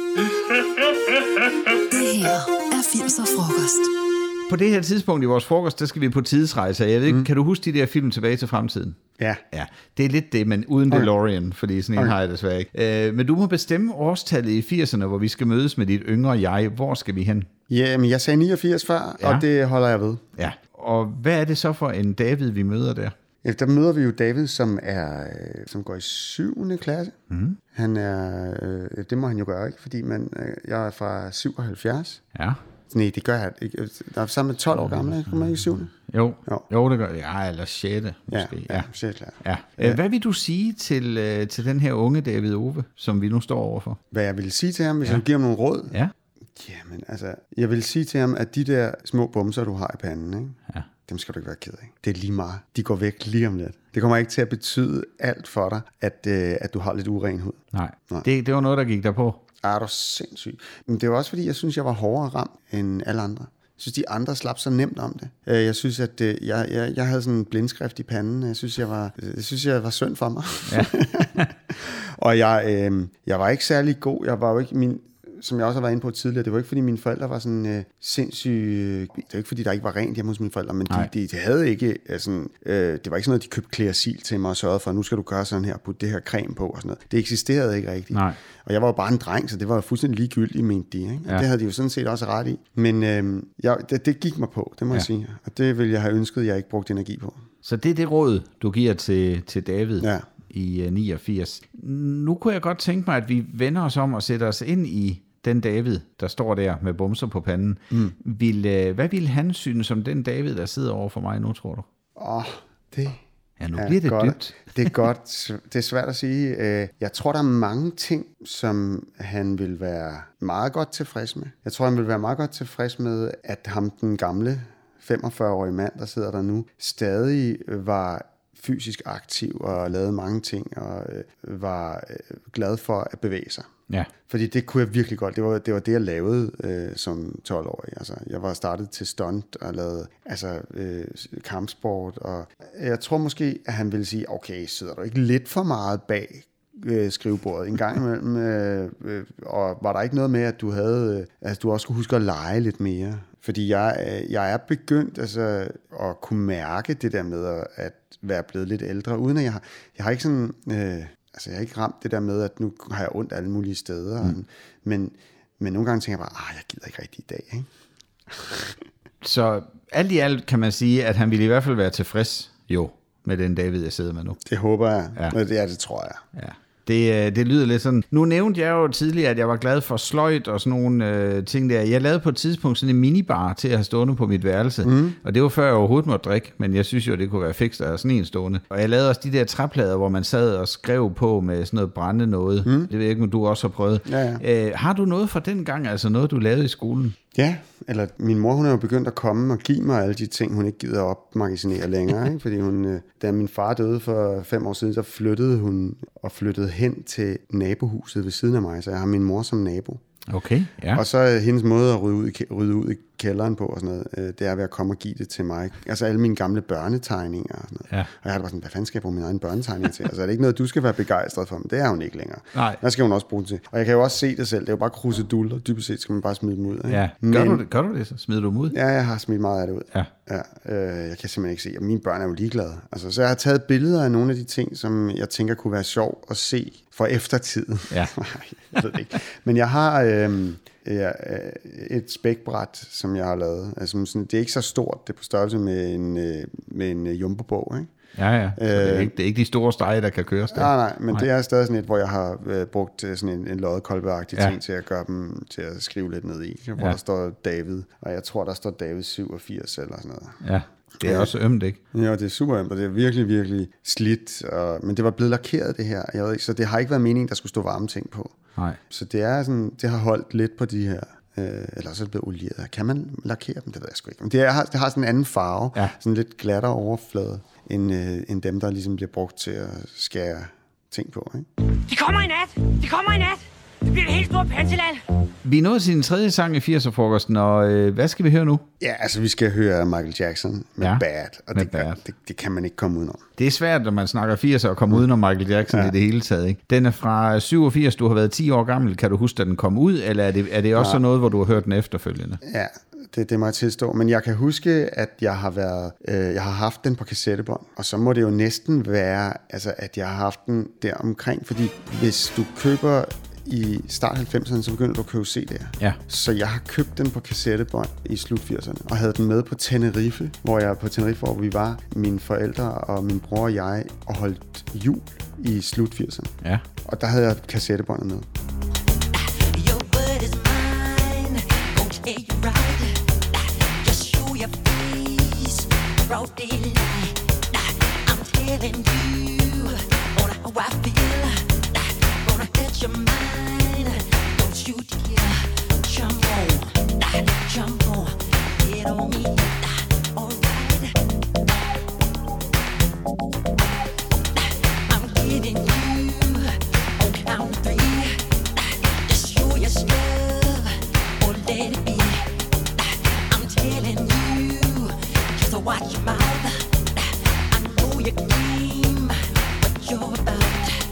Det her er 80'er frokost. På det her tidspunkt i vores frokost, der skal vi på tidsrejser. Jeg ved ikke, kan du huske de der film Tilbage til fremtiden? Ja. Det er lidt det, men uden DeLorean, fordi sådan en har jeg desværre ikke. Men du må bestemme årstallet i 80'erne, hvor vi skal mødes med dit yngre jeg. Hvor skal vi hen? Jamen, jeg sagde 89 før, og det holder jeg ved. Ja, og hvad er det så for en David, vi møder der? Ja, der møder vi jo David, som går i 7. klasse. Mm. Han er, det må han jo gøre, ikke? Fordi jeg er fra 77. Ja. Nej, det gør jeg ikke. Der er sammen med 12 år gammel, ikke? Kommer ikke i 7. Jo, det gør jeg. Ja, eller 6. måske. Ja, 6. Ja. Hvad vil du sige til den her unge David Ove, som vi nu står overfor? Hvad jeg vil sige til ham, hvis jeg giver ham nogle råd? Ja. Jamen, altså, jeg vil sige til ham, at de der små bumser, du har i panden, ikke? Ja. Dem skal du ikke være ked af. Det er lige meget. De går væk lige om lidt. Det kommer ikke til at betyde alt for dig, at du har lidt uren hud. Nej. Det var noget, der gik der på. Er du sindssygt. Men det var også fordi, jeg synes, jeg var hårdere ramt end alle andre. Jeg synes, de andre slap så nemt om det. Jeg synes, at jeg havde sådan en blindskrift i panden. Jeg synes, jeg var synd for mig. Ja. Og jeg var ikke særlig god. Jeg var jo ikke som jeg også har været inde på tidligere, det var ikke fordi mine forældre var sådan sindssyge. Det var ikke fordi der ikke var rent hjemme hos mine forældre, men de havde ikke sådan. Det var ikke sådan noget, de købte Clearasil til mig og sørgede for, nu skal du gøre sådan her, putte det her creme på og sådan noget. Det eksisterede ikke rigtigt. Nej. Og jeg var jo bare en dreng, så det var jo fuldstændig ligegyldigt, mente de. Ikke? Ja. Det havde de jo sådan set også ret i. Men det gik mig på, det må jeg sige. Og det ville jeg have ønsket, jeg ikke brugte energi på. Så det er det råd, du giver til David i 89. Nu kunne jeg godt tænke mig, at vi vender os om og sætter os ind i den David, der står der med bumser på panden. Hvad ville han synes om den David, der sidder over for mig nu, tror du? Nu bliver det dybt. Det er godt. Det er svært at sige. Jeg tror, der er mange ting, som han vil være meget godt tilfreds med. Jeg tror, han vil være meget godt tilfreds med, at ham, den gamle 45-årige mand, der sidder der nu, stadig var fysisk aktiv og lavede mange ting og var glad for at bevæge sig. Ja. Fordi det kunne jeg virkelig godt. Det var det, jeg lavede som 12-årig. Altså, jeg var startet til stunt og lavede kampsport. Og jeg tror måske, at han ville sige, okay, sidder du ikke lidt for meget bag skrivebordet en gang imellem? Og var der ikke noget med, at du også skulle huske at lege lidt mere? Fordi jeg er begyndt at kunne mærke det der med at være blevet lidt ældre, uden at jeg har ikke sådan... jeg har ikke ramt det der med, at nu har jeg ondt alle mulige steder. Men nogle gange tænker jeg bare, jeg gider ikke rigtig i dag. Ikke? Så alt i alt kan man sige, at han ville i hvert fald være tilfreds med den David, jeg sidder med nu. Det håber jeg. Ja. Det tror jeg. Ja. Det lyder lidt sådan. Nu nævnte jeg jo tidligere, at jeg var glad for sløjt og sådan nogle ting der. Jeg lavede på et tidspunkt sådan en minibar til at have stående på mit værelse. Og det var før jeg overhovedet måtte drikke, men jeg synes jo, det kunne være fikst at have sådan en stående. Og jeg lavede også de der træplader, hvor man sad og skrev på med sådan noget brændende noget. Det ved jeg ikke, om du også har prøvet. Ja. Har du noget fra den gang, altså noget, du lavede i skolen? Ja, eller min mor, hun er jo begyndt at komme og give mig alle de ting, hun ikke gider opmagasinere længere, ikke? Fordi hun, da min far døde for 5 år siden, så flyttede hun og flyttede hen til nabohuset ved siden af mig, så jeg har min mor som nabo. Okay, ja. Og så er hendes måde at rydde ud i kælderen på og sådan noget, det er ved at komme og give det til mig. Altså alle mine gamle børnetegninger og sådan noget. Ja. Og jeg har bare sådan, hvad fanden skal jeg bruge mine egne børnetegninger til? Altså er det ikke noget, du skal være begejstret for? Men det er hun ikke længere. Nej. Hvad skal hun også bruge det til? Og jeg kan jo også se det selv. Det er jo bare kruseduller. Dybest set skal man bare smide dem ud. Ikke? Ja. Gør du det så? Smider du dem ud? Ja, jeg har smidt meget af det ud. Ja. Jeg kan simpelthen ikke se. Og mine børn er jo ligeglade. Altså, så jeg har taget billeder af nogle af de ting, som jeg tænker kunne være sjov at se for eftertiden. Ja. Nej, jeg ved det ikke. Men jeg har et spækbræt, som jeg har lavet. Altså, sådan, det er ikke så stort. Det er på størrelse med en jumbo-bog, ikke? Ja. Så det er ikke de store stege, der kan køres der. Nej, men det er stadig sådan et, hvor jeg har brugt sådan en loddekolbeagtig ting til at gøre dem, til at skrive lidt ned i. Hvor der står David, og jeg tror, der står David 87 eller sådan noget. Ja, det er også ømt, ikke? Ja, det er super ømt, og det er virkelig, virkelig slidt. Men det var blevet lakeret, det her. Jeg ved ikke, så det har ikke været meningen, der skulle stå varme ting på. Nej. Så det er sådan, det har holdt lidt på de her. Eller så er det blevet olieret. Kan man lakere dem? Det ved jeg sgu ikke. Men det har sådan en anden farve. Ja. Sådan lidt glattere overflade, end dem, der ligesom bliver brugt til at skære ting på. Ikke? De kommer i nat! Det bliver et helt stort panseland! Vi er nået til den 3. sang i 80'er-frokosten, og hvad skal vi høre nu? Ja, altså vi skal høre Michael Jackson med Bad, og det kan man ikke komme udenom. Det er svært, når man snakker 80'er, at komme udenom Michael Jackson i det hele taget, ikke? Den er fra 87, du har været 10 år gammel. Kan du huske, at den kom ud, eller er det også sådan noget, hvor du har hørt den efterfølgende? Ja, det må jeg tilstå. Men jeg kan huske, at jeg har haft den på kassettebånd, og så må det jo næsten være, altså, at jeg har haft den der omkring, fordi hvis du køber i start 90'erne, så begynder du at købe CD'er. Ja. Så jeg har købt den på kassettebånd i slut 80'erne, og havde den med på Tenerife, hvor vi var, mine forældre og min bror og jeg, og holdt jul i slut 80'erne. Ja. Og der havde jeg kassettebåndet med. Your mind, don't you dare jump on, get on me, alright. I'm getting you on count 3. Just show your stuff or let it be. I'm telling you, just watch your mouth. I know your game, what you're about.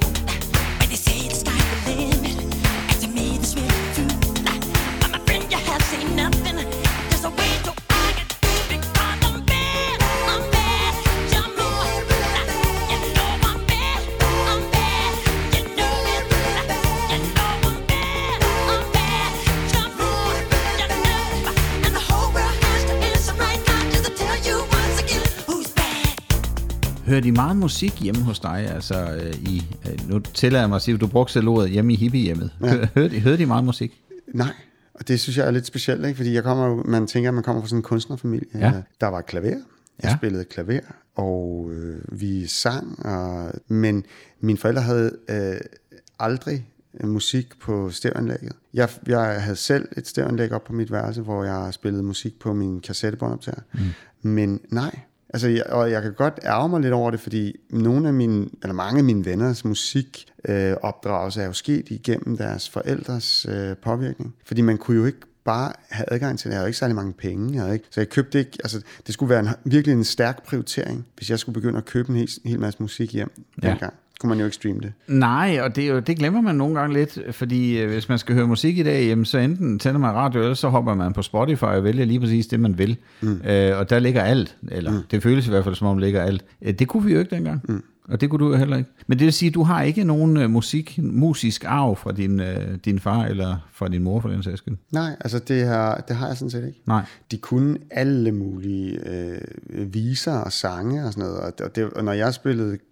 Hører de meget musik hjemme hos dig? Altså, nu tillader jeg mig at sige, at du brugte selv ordet hjemme i hippiehjemmet. Ja. Hører de meget musik? Nej, og det synes jeg er lidt specielt, ikke? Fordi man tænker, at man kommer fra sådan en kunstnerfamilie. Ja. Der var klaver. Jeg spillede klaver, og vi sang. Men mine forældre havde aldrig musik på stereoanlægget. Jeg havde selv et stereoanlæg op på mit værelse, hvor jeg spillede musik på min kassettebåndoptager. Men nej. Altså, jeg kan godt ærge mig lidt over det, fordi mange af mine venners musikopdragelse er jo sket igennem deres forældres påvirkning. Fordi man kunne jo ikke bare have adgang til det. Jeg havde ikke særlig mange penge. Så jeg købte ikke. Altså, det skulle være virkelig en stærk prioritering, hvis jeg skulle begynde at købe en hel masse musik hjem dengang. Kunne man jo ikke streame det. Nej, og det glemmer man nogle gange lidt, fordi hvis man skal høre musik i dag, jamen, så enten tænder man radio, eller så hopper man på Spotify og vælger lige præcis det, man vil. Og der ligger alt, eller det føles i hvert fald, som om der ligger alt. Det kunne vi jo ikke dengang. Og det kunne du heller ikke. Men det vil sige, at du har ikke nogen musisk arv fra din far eller fra din mor for den sags skyld? Nej, altså det har jeg sådan set ikke. Nej. De kunne alle mulige viser og sange og sådan noget. Og når jeg spillede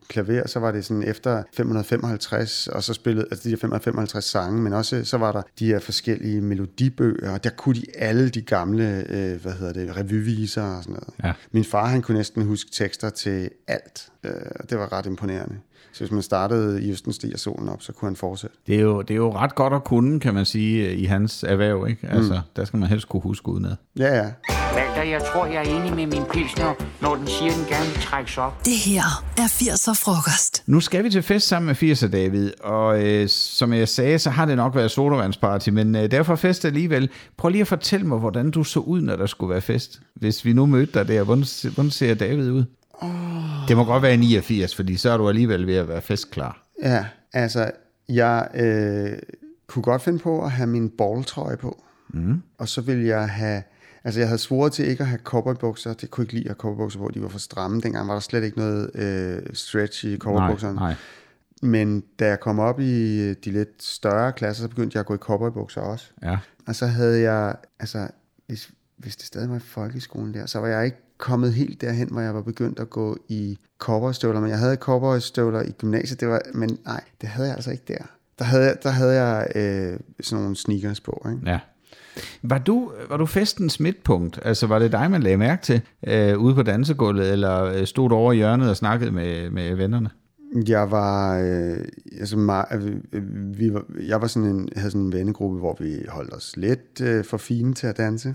klaver, så var det sådan efter 555, og så spillede de her 555 sange, men også så var der de her forskellige melodibøger, og der kunne de alle de gamle, revyviser og sådan noget. Ja. Min far, han kunne næsten huske tekster til alt, og det var ret imponerende. Så hvis man startede I Østen stiger solen op, så kunne han fortsætte. Det er jo ret godt at kunne, kan man sige, i hans erhverv, ikke? Altså, der skal man helst kunne huske udenad. Ja. Walter, jeg tror, jeg er enig med min pilsner, når den siger, den gerne vil trækkes op. Det her er 80'er frokost. Nu skal vi til fest sammen med 80'er, David, og som jeg sagde, så har det nok været sodavandsparty, men derfor fest alligevel. Prøv lige at fortælle mig, hvordan du så ud, når der skulle være fest. Hvis vi nu mødte dig der, hvordan ser David ud? Det må godt være 89, fordi så er du alligevel ved at være festklar. Ja, altså, jeg kunne godt finde på at have min balltrøje på. Og så ville jeg have... Altså, jeg havde svoret til ikke at have cowboybukser. Det kunne jeg ikke lide at have cowboybukser på. De var for stramme. Dengang var der slet ikke noget stretch i cowboybukserne. Nej. Men da jeg kom op i de lidt større klasser, så begyndte jeg at gå i cowboybukser også. Ja. Og så havde jeg... Altså, hvis det stadig var i folkeskolen der, så var jeg ikke kommet helt derhen, hvor jeg var begyndt at gå i cowboystøvler. Men jeg havde cowboystøvler i gymnasiet, men nej, det havde jeg altså ikke der. Der havde jeg sådan nogle sneakers på, ikke? Ja. Var du festens midtpunkt? Altså var det dig, man lagde mærke til ude på dansegulvet, eller stod du over i hjørnet og snakkede med vennerne? Jeg var, jeg havde sådan en vennegruppe, hvor vi holdt os lidt for fine til at danse,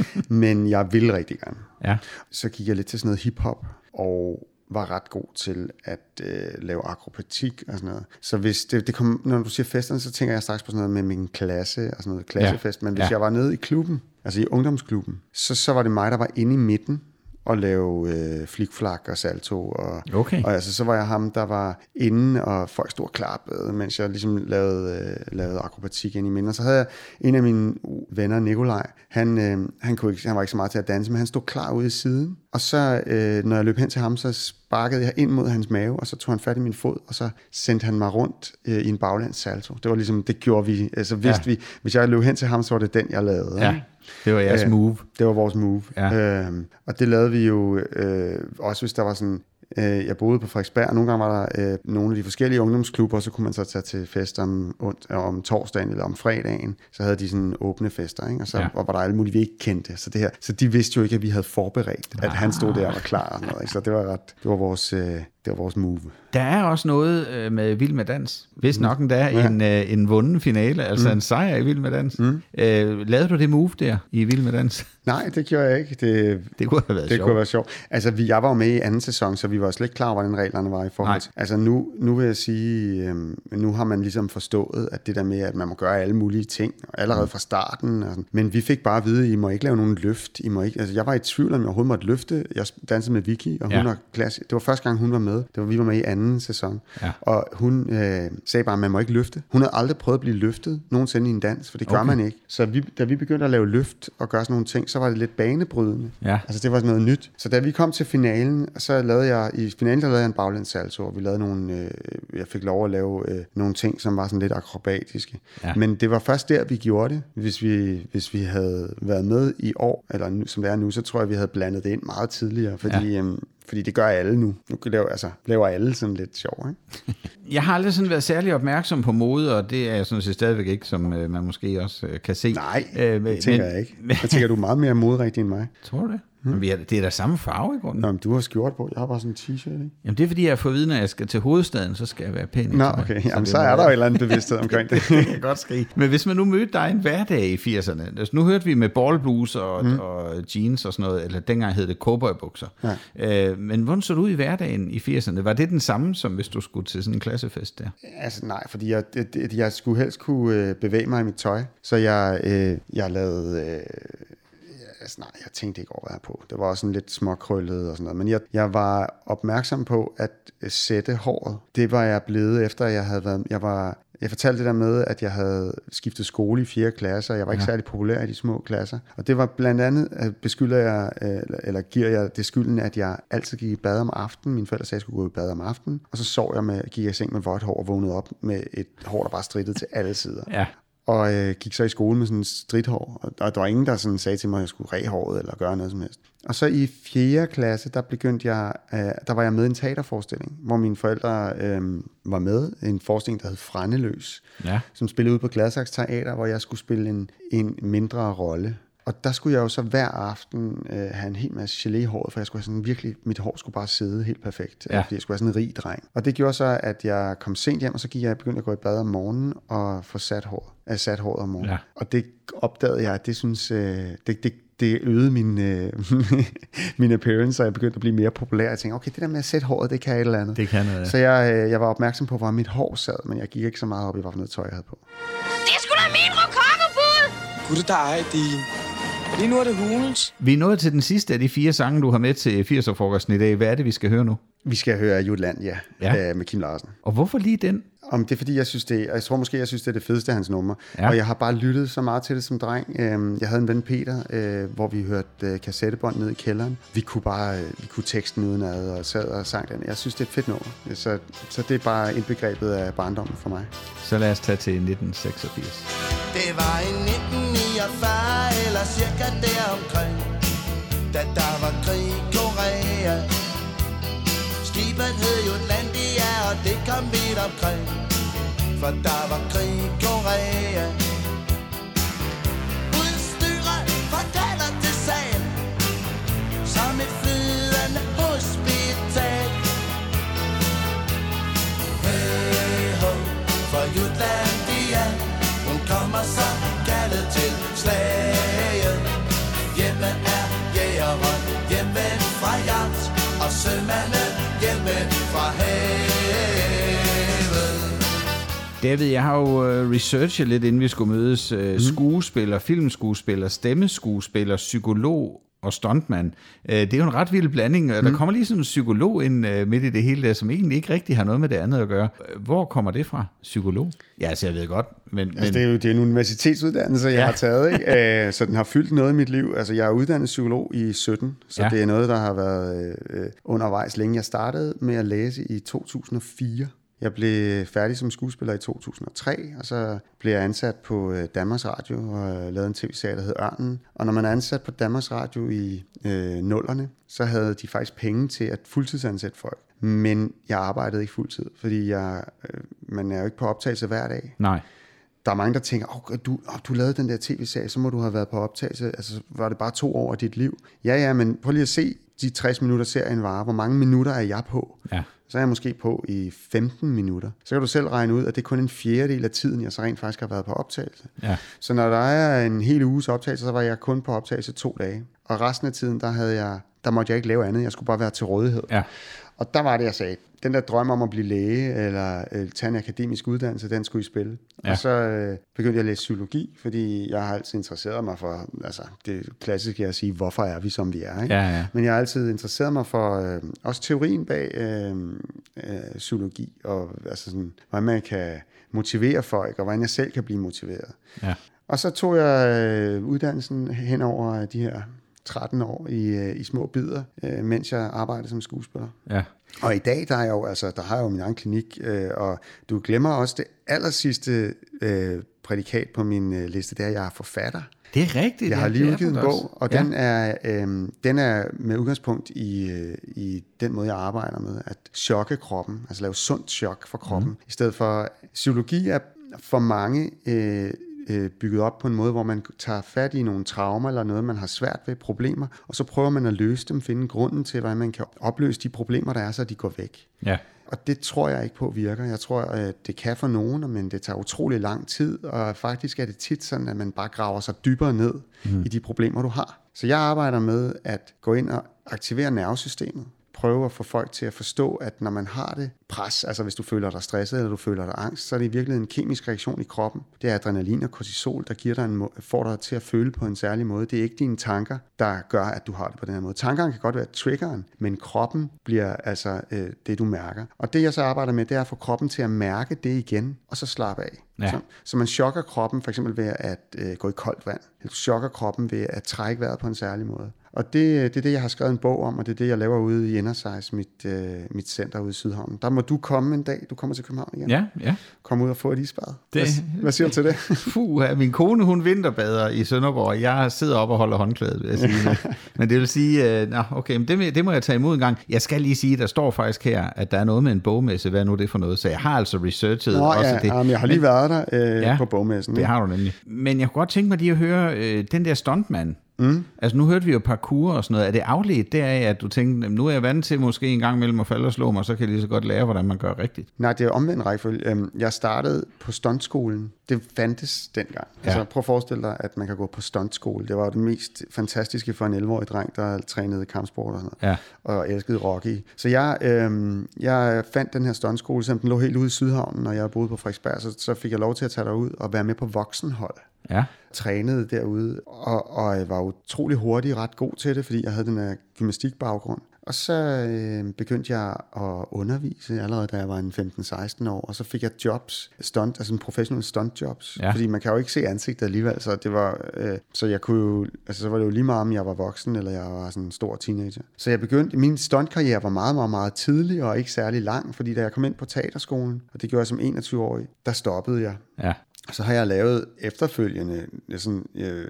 men jeg ville rigtig gerne. Ja. Så gik jeg lidt til sådan noget hiphop, og var ret god til at lave akrobatik og sådan noget. Så hvis det kom, når du siger festerne, så tænker jeg straks på sådan noget med min klasse og sådan noget klassefest, men hvis jeg var nede i klubben, altså i ungdomsklubben, så var det mig, der var inde i midten og lave flikflak og salto. Og altså, så var jeg ham, der var inde, og folk stod og klappede, mens jeg ligesom lavede akrobatik ind i midten. Og så havde jeg en af mine venner, Nikolaj, han var ikke så meget til at danse, men han stod klar ude i siden. Og så, når jeg løb hen til ham, så sparkede jeg ind mod hans mave, og så tog han fat i min fod, og så sendte han mig rundt i en baglæns salto. Det var ligesom, det gjorde vi. Altså, hvis jeg løb hen til ham, så var det den, jeg lavede. Ja. Det var jeres move. Det var vores move. Ja. Og det lavede vi jo også, hvis der var sådan... Jeg boede på Frederiksberg, og nogle gange var der nogle af de forskellige ungdomsklubber, så kunne man så tage til fest om torsdagen eller om fredagen. Så havde de sådan åbne fester, ikke? Og så var der alle mulige, vi ikke kendte. Så de vidste jo ikke, at vi havde forberedt, at han stod der og var klar. Og noget, ikke? Så det var vores move. Der er også noget med Vild med Dans. Hvis nok der er en vunden finale, altså en sejr i Vild med Dans. Lavede du det move der i Vild med Dans? Nej, det gjorde jeg ikke. Det kunne have været sjovt. Kunne være sjovt. Altså, jeg var jo med i anden sæson, så vi var slet ikke klar over, hvordan reglerne var i forhold til. Altså, nu vil jeg sige, nu har man ligesom forstået, at det der med, at man må gøre alle mulige ting, allerede fra starten. Og sådan. Men vi fik bare at vide, at I må ikke lave nogen løft. I må ikke, altså, jeg var i tvivl, om jeg overhovedet måtte løfte. Jeg dansede med Vicky, og hun var klasse. Det var første gang, hun var med. Vi var med i anden sæson. Ja. Og hun sagde bare, at man må ikke løfte. Hun havde aldrig prøvet at blive løftet nogensinde i en dans, for det gør man ikke. Så da vi begyndte at lave løft og gøre sådan nogle ting, så var det lidt banebrydende. Ja. Altså det var noget nyt. Så da vi kom til finalen, så lavede jeg en baglæns salto, og vi lavede jeg fik lov at lave nogle ting, som var sådan lidt akrobatiske. Ja. Men det var først der, vi gjorde det. Hvis vi havde været med i år, eller nu, som det er nu, så tror jeg, vi havde blandet det ind meget tidligere, fordi det gør alle nu. Nu laver alle sådan lidt sjov, ikke? Jeg har aldrig sådan været særlig opmærksom på mode, og det er jeg sådan set stadigvæk ikke, som man måske også kan se. Nej, det tænker jeg ikke. Jeg tænker, du er meget mere moderigtig end mig. Tror du det? Det er da samme farve i grunden. Nå, men du har skjort på. Jeg har bare sådan en t-shirt, ikke? Jamen det er fordi, jeg får viden, at jeg skal til hovedstaden, så skal jeg være pæn. Nå, okay. Jamen så er der jo et eller andet bevidsthed omkring det. Det kan godt ske. Men hvis man nu mødte dig en hverdag i 80'erne, altså nu hørte vi med ballblues og jeans og sådan noget, eller dengang hed det cowboybukser. Ja. Men hvordan så du ud i hverdagen i 80'erne? Var det den samme, som hvis du skulle til sådan en klassefest der? Altså nej, fordi jeg skulle helst kunne bevæge mig i mit tøj, så jeg lavede... Nej, jeg tænkte ikke over, hvad jeg på. Det var også sådan lidt småkrøllet og sådan noget. Men jeg var opmærksom på at sætte håret. Det var jeg blevet efter, jeg havde været... Jeg fortalte det der med, at jeg havde skiftet skole i 4. klasse, og jeg var ikke særlig populær i de små klasser. Og det var blandt andet, giver jeg det skylden, at jeg altid gik i bad om aftenen. Mine forældre sagde, at jeg skulle gå i bad om aftenen. Og så gik jeg i seng med vådt hår og vågnede op med et hår, der bare strittede til alle sider. Ja. og gik så i skole med sådan stridthår, og der var ingen, der sådan sagde til mig, at jeg skulle ræge håret eller gøre noget som helst. Og så i 4. klasse, der var jeg med i en teaterforestilling, hvor mine forældre var med, en forestilling, der hed Frændeløs, som spillede ud på Gladsaxe Teater, hvor jeg skulle spille en mindre rolle. Og der skulle jeg jo så hver aften have en hel masse gelé i håret, for jeg skulle have sådan virkelig, mit hår skulle bare sidde helt perfekt, fordi jeg skulle have sådan en rig dreng. Og det gjorde så, at jeg kom sent hjem, og så begyndte jeg at gå i bad om morgenen og få sat håret om morgenen. Ja. Og det opdagede jeg, at det synes, det øgede min appearance, og jeg begyndte at blive mere populær. Jeg tænkte, okay, det der med at sætte håret, det kan et eller andet. Det kan noget, ja. Så jeg var opmærksom på, hvor mit hår sad, men jeg gik ikke så meget op i, hvad for noget tøj jeg havde på. Det er sgu da min rokokkerbud! Gud, der er din. Lige nu er det hulens. Vi er nået til den sidste af de 4 sange, du har med til 80'er-frokosten i dag. Hvad er det, vi skal høre nu? Vi skal høre Jutland, med Kim Larsen. Og hvorfor lige den? Det er fordi, jeg synes det er det fedeste af hans nummer. Ja. Og jeg har bare lyttet så meget til det som dreng. Jeg havde en ven, Peter, hvor vi hørte kassettebånd ned i kælderen. Vi kunne teksten udenad og sad og sang den. Jeg synes, det er et fedt nummer. Så det er bare indbegrebet af barndommen for mig. Så lad os tage til 1986. Det var i 1949 eller cirka deromkring, da der var krig i Korea. Skibet hed Jutlandia, og det kom vidt omkring, for der var krig i Korea. Udstyret fortæller til sagen, som et flydende hospital. Hey ho, for Jutlandia, hun kommer så kaldet til slaget. Hjemme er jægeren, hjemme fra jagt, og sømanden hjemme fra havet. David, jeg har jo researchet lidt, inden vi skulle mødes. Skuespiller, filmskuespiller, stemmeskuespiller, psykolog og stuntman. Det er jo en ret vild blanding. Der kommer lige sådan en psykolog ind midt i det hele der, som egentlig ikke rigtig har noget med det andet at gøre. Hvor kommer det fra, psykolog? Ja, altså jeg ved godt. Men det er en universitetsuddannelse, jeg har taget, ikke? Så den har fyldt noget i mit liv. Altså jeg er uddannet psykolog i 17, så det er noget, der har været undervejs længe. Jeg startede med at læse i 2004. Jeg blev færdig som skuespiller i 2003, og så blev jeg ansat på Danmarks Radio og lavede en tv-serie, der hed Ørnen. Og når man er ansat på Danmarks Radio i 00'erne, så havde de faktisk penge til at fuldtidsansætte folk. Men jeg arbejdede ikke fuldtid, fordi man er jo ikke på optagelse hver dag. Nej. Der er mange, der tænker, du lavede den der tv-serie, så må du have været på optagelse. Altså, var det bare 2 år af dit liv? Ja, men prøv lige at se de 60 minutter serien varer. Hvor mange minutter er jeg på? Ja. Så er jeg måske på i 15 minutter. Så kan du selv regne ud, at det er kun en fjerdedel af tiden, jeg så rent faktisk har været på optagelse. Ja. Så når der er en hel uges optagelse, så var jeg kun på optagelse 2 dage. Og resten af tiden, der måtte jeg ikke lave andet. Jeg skulle bare være til rådighed. Ja. Og der var det, jeg sagde, den der drøm om at blive læge eller tage en akademisk uddannelse, den skulle I spille. Ja. Og så begyndte jeg at læse psykologi, fordi jeg har altid interesseret mig for, altså det klassiske er at sige, hvorfor er vi, som vi er. Ikke? Ja. Men jeg har altid interesseret mig for også teorien bag psykologi, og altså sådan, hvordan man kan motivere folk, og hvordan jeg selv kan blive motiveret. Ja. Og så tog jeg uddannelsen hen over de her 13 år i små bidder, mens jeg arbejdede som skuespiller. Ja. Og i dag, der har jeg jo min egen klinik, og du glemmer også det allersidste prædikat på min liste, det er, at jeg er forfatter. Det er rigtigt. Jeg har lige udgivet en bog, og den er med udgangspunkt i den måde, jeg arbejder med, at chokke kroppen, altså lave sundt chok for kroppen, i stedet for psykologi er for mange bygget op på en måde, hvor man tager fat i nogle traumer eller noget, man har svært ved, problemer, og så prøver man at løse dem, finde grunden til, hvordan man kan opløse de problemer, der er, så de går væk. Ja. Og det tror jeg ikke på virker. Jeg tror, at det kan for nogen, men det tager utrolig lang tid, og faktisk er det tit sådan, at man bare graver sig dybere ned i de problemer, du har. Så jeg arbejder med at gå ind og aktivere nervesystemet, prøve at få folk til at forstå, at når man har det pres, altså hvis du føler dig stresset eller du føler dig angst, så er det i virkeligheden en kemisk reaktion i kroppen. Det er adrenalin og kortisol, der giver dig får dig til at føle på en særlig måde. Det er ikke dine tanker, der gør, at du har det på den her måde. Tankerne kan godt være triggeren, men kroppen bliver altså det, du mærker. Og det, jeg så arbejder med, det er at få kroppen til at mærke det igen, og så slappe af. Ja. Så man chokker kroppen for eksempel ved at gå i koldt vand. Du chokker kroppen ved at trække vejret på en særlig måde. Og det er det, jeg har skrevet en bog om, og det er det, jeg laver ude i Innersize, mit center ude i Sydhavnen. Der må du komme en dag. Du kommer til København igen. Ja. Kom ud og få et isbad. Hvad siger du til det? Min kone, hun vinterbader i Sønderborg. Jeg sidder op og holder håndklædet, vil jeg sige. Men det vil sige, okay, men det må jeg tage imod en gang. Jeg skal lige sige, der står faktisk her, at der er noget med en bogmesse. Hvad er nu det for noget? Så jeg har altså researchet også det. Men jeg har lige været der på bogmessen. Det har du nemlig. Men jeg kunne godt tænke mig lige at høre den der stuntmand. Altså nu hørte vi jo parkour og sådan noget. Er det afledt deraf, at du tænkte, nu er jeg vant til måske en gang imellem at falde og slå mig, så kan jeg lige så godt lære, hvordan man gør rigtigt? Nej, det er omvendt rækkefølge. Jeg startede på stuntskolen. Det fandtes dengang. Ja. Altså prøv at forestille dig, at man kan gå på stuntskole. Det var det mest fantastiske for en 11-årig dreng, der trænede kampsport og sådan noget. Ja. Og elskede Rocky. Så jeg fandt den her stuntskole, selvom den lå helt ude i Sydhavnen, og jeg boede på Frederiksberg, så fik jeg lov til at tage derud og være med på voksenhold. Ja. Trænede derude, og jeg var utrolig hurtig, ret god til det, fordi jeg havde den her gymnastikbaggrund. Og så begyndte jeg at undervise allerede, da jeg var en 15-16 år, og så fik jeg jobs, altså en professional stuntjobs, fordi man kan jo ikke se ansigtet alligevel, så det var, så jeg kunne jo, altså så var det jo lige meget, om jeg var voksen, eller jeg var sådan en stor teenager. Så jeg begyndte, min stuntkarriere var meget, meget, meget tidlig, og ikke særlig lang, fordi da jeg kom ind på teaterskolen, og det gjorde jeg som 21-årig, der stoppede jeg. Ja. Så har jeg lavet efterfølgende sådan,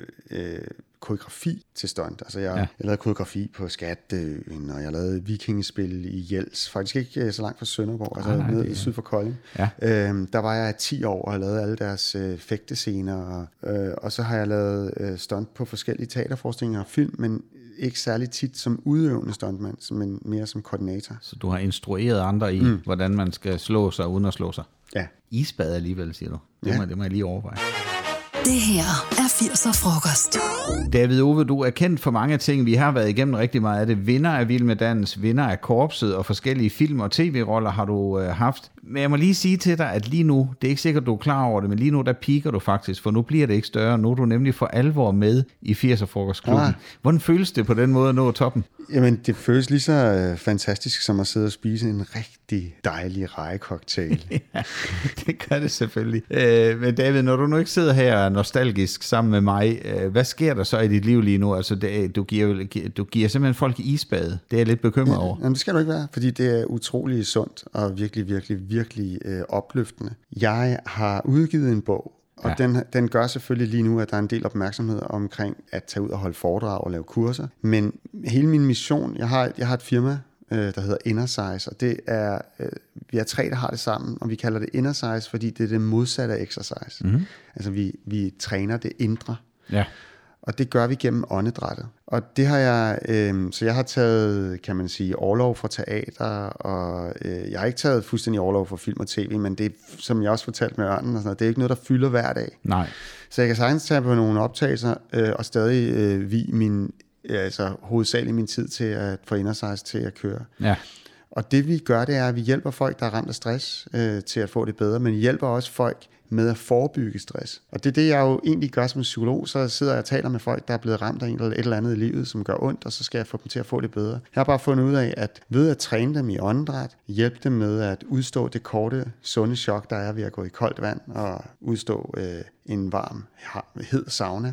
koreografi til stunt. Altså jeg lavede koreografi på Skatøen, og jeg lavede vikingespil i Jels. Faktisk ikke så langt fra Sønderborg, altså nede syd for Kolding. Ja. Der var jeg 10 år og lavede alle deres fægtescener, og så har jeg lavet stunt på forskellige teaterforestillinger og film, men ikke særlig tit som udøvende stuntmand, men mere som koordinator. Så du har instrueret andre i, hvordan man skal slå sig uden at slå sig? Ja. Isbad alligevel, siger du. Det må jeg lige overveje. Det her er 80'er frokost. David Ove, du er kendt for mange ting. Vi har været igennem rigtig meget af det. Vinder af Vild med Dans, vinder af Korpset og forskellige film- og tv-roller har du haft. Men jeg må lige sige til dig, at lige nu, det er ikke sikkert, du er klar over det, men lige nu, der piker du faktisk, for nu bliver det ikke større. Nu er du nemlig for alvor med i 80'er frokostklubben. Hvordan føles det på den måde at nå toppen? Jamen, det føles lige så fantastisk som at sidde og spise en rigtig dejlig rejecocktail. Ja, det gør det selvfølgelig. Men David, når du nu ikke sidder her nostalgisk sammen med mig, hvad sker der så i dit liv lige nu? Altså, du giver simpelthen folk isbad. Det er jeg lidt bekymret over. Jamen, det skal du ikke være, fordi det er utrolig sundt og virkelig opløftende. Jeg har udgivet en bog, og den gør selvfølgelig lige nu, at der er en del opmærksomhed omkring at tage ud og holde foredrag og lave kurser. Men hele min mission, jeg har et firma, der hedder Innersize, og det er, vi er 3, der har det sammen, og vi kalder det Innersize, fordi det er det modsatte af exercise. Mm-hmm. Altså vi træner det indre. Ja. Og det gør vi gennem åndedrættet. Og det har jeg, så jeg har taget, kan man sige, orlov fra teater, og jeg har ikke taget fuldstændig orlov fra film og tv, men det er, som jeg også fortalte med Ørnen, og sådan noget, det er ikke noget, der fylder hver dag. Nej. Så jeg kan sagtens tage på nogle optagelser, og stadig vie hovedsageligt min tid til at få Innersize til at køre. Ja. Og det vi gør, det er, at vi hjælper folk, der er ramt af stress, til at få det bedre, men vi hjælper også folk med at forebygge stress. Og det er det, jeg jo egentlig gør som psykolog, så sidder jeg og taler med folk, der er blevet ramt af et eller andet i livet, som gør ondt, og så skal jeg få dem til at få det bedre. Jeg har bare fundet ud af, at ved at træne dem i åndedræt, hjælpe dem med at udstå det korte, sunde chok, der er ved at gå i koldt vand, og udstå en varm, hed sauna,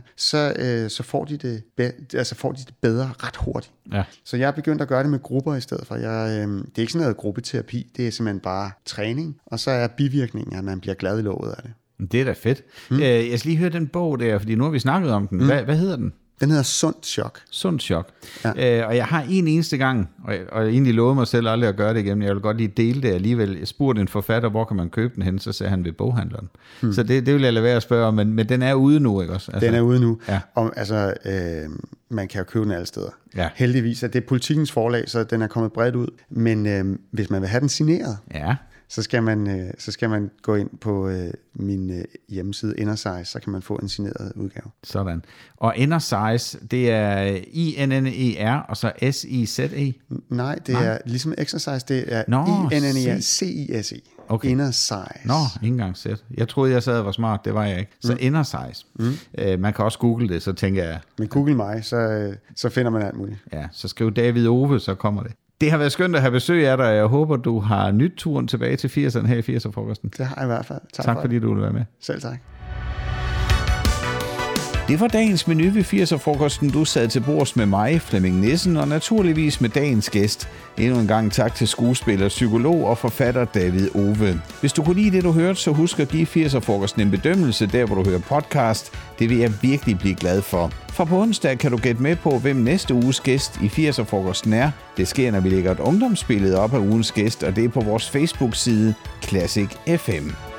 så får de det bedre ret hurtigt. Ja. Så jeg er begyndt at gøre det med grupper i stedet for. Det er ikke sådan noget gruppeterapi, det er simpelthen bare træning, og så er bivirkningen, at man bliver glad i låget af det. Det er da fedt. Jeg skal lige høre den bog der, fordi nu har vi snakket om den. Hvad hedder den? Den hedder Sundt Chok. Sundt Chok. Ja. Og jeg har en eneste gang, og jeg egentlig lovet mig selv aldrig at gøre det igen, jeg vil godt lige dele det alligevel. Jeg spurgte en forfatter, hvor kan man købe den hen, så sagde han ved boghandleren. Så det vil jeg lade være at spørge om, men den er ude nu, ikke også? Altså, den er ude nu. Ja. Og, man kan jo købe den alle steder. Ja. Heldigvis, at det er Politikens forlag, så den er kommet bredt ud. Men hvis man vil have den signeret, så skal man gå ind på min hjemmeside Innersize, så kan man få en signeret udgave. Sådan. Og Innersize, det er INNER og så SIZE? Nej, det er ligesom exercise, det er INNERCISE. Okay. Innersize. Ikke engang sæt. Jeg troede, jeg sad og var smart, det var jeg ikke. Så Innersize. Man kan også google det, så tænker jeg... Men google mig, så finder man alt muligt. Ja, så skriv David Ove, så kommer det. Det har været skønt at have besøg af dig, og jeg håber, du har nyt turen tilbage til 80'erne her i 80'er-frokosten. Det har jeg i hvert fald. Tak fordi du ville være med. Selv tak. Det var dagens menu ved 80'er-frokosten. Du sad til bords med mig, Flemming Nissen, og naturligvis med dagens gæst. Endnu en gang tak til skuespiller, psykolog og forfatter David Ove. Hvis du kunne lide det, du hørte, så husk at give 80'er-frokosten en bedømmelse, der hvor du hører podcast. Det vil jeg virkelig blive glad for. Fra på onsdag kan du gætte med på, hvem næste uges gæst i 80'er-frokosten er. Det sker, når vi lægger et ungdomsbillede op af ugens gæst, og det er på vores Facebook-side Classic FM.